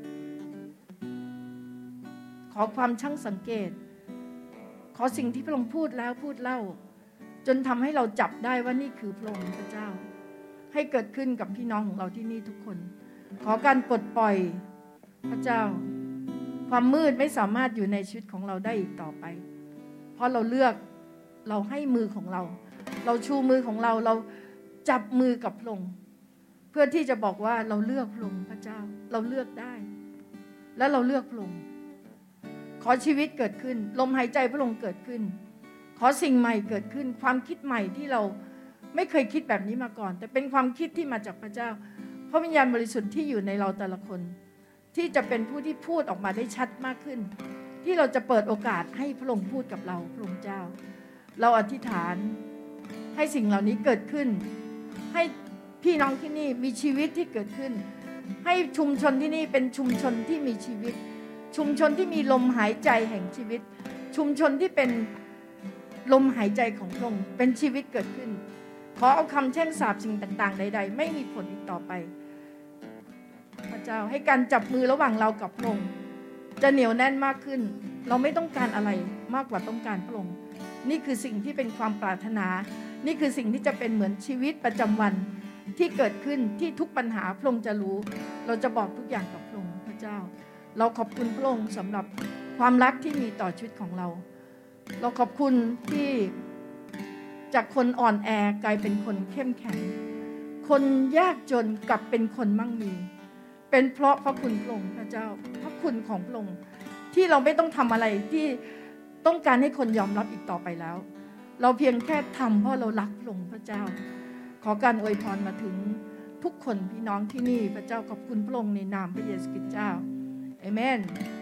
ขอความช่างสังเกตขอสิ่งที่พระองค์พูดแล้วพูดเล่าจนทำให้เราจับได้ว่านี่คือพระองค์พระเจ้าให้เกิดขึ้นกับพี่น้องของเราที่นี่ทุกคนขอการปลดปล่อยพระเจ้าความมืดไม่สามารถอยู่ในชีวิตของเราได้อีกต่อไปเพราะเราเลือกเราให้มือของเราเราชูมือของเราเราจับมือกับพระองค์เพื่อที่จะบอกว่าเราเลือกพระองค์พระเจ้าเราเลือกได้และเราเลือกพระองค์ขอชีวิตเกิดขึ้นลมหายใจพระองค์เกิดขึ้นขอสิ่งใหม่เกิดขึ้นความคิดใหม่ที่เราไม่เคยคิดแบบนี้มาก่อนแต่เป็นความคิดที่มาจากพระเจ้าพระวิญญาณบริสุทธิ์ที่อยู่ในเราแต่ละคนที่จะเป็นผู้ที่พูดออกมาได้ชัดมากขึ้นที่เราจะเปิดโอกาสให้พระองค์พูดกับเราพระองค์เจ้าเราอธิษฐานให้สิ่งเหล่านี้เกิดขึ้นให้พี่น้องที่นี่มีชีวิตที่เกิดขึ้นให้ชุมชนที่นี่เป็นชุมชนที่มีชีวิตชุมชนที่มีลมหายใจแห่งชีวิตชุมชนที่เป็นลมหายใจของพระองค์เป็นชีวิตเกิดขึ้นขอเอาคำแช่งสาปสิ่งต่างๆใดๆไม่มีผลอีกต่อไปพระเจ้าให้การจับมือระหว่างเรากับพระองค์จะเหนียวแน่นมากขึ้นเราไม่ต้องการอะไรมากกว่าต้องการพระองค์นี่คือสิ่งที่เป็นความปรารถนานี่คือสิ่งที่จะเป็นเหมือนชีวิตประจำวันที่เกิดขึ้นที่ทุกปัญหาพระองค์จะรู้เราจะบอกทุกอย่างกับพระองค์พระเจ้าเราขอบคุณพระองค์สำหรับความรักที่มีต่อชีวิตของเราเราขอบคุณที่จากคนอ่อนแอกลายเป็นคนเข้มแข็งคนยากจนกลับเป็นคนมั่งมีเป็นเพราะพระคุณพระองค์พระเจ้าพระคุณของพระองค์ที่เราไม่ต้องทำอะไรที่ต้องการให้คนยอมรับอีกต่อไปแล้วเราเพียงแค่ทำเพราะเรารักพระองค์พระเจ้าขอการอวยพรมาถึงทุกคนพี่น้องที่นี่พระเจ้าขอบคุณพระองค์ในนามพระเยซูคริสต์เจ้าอาเมน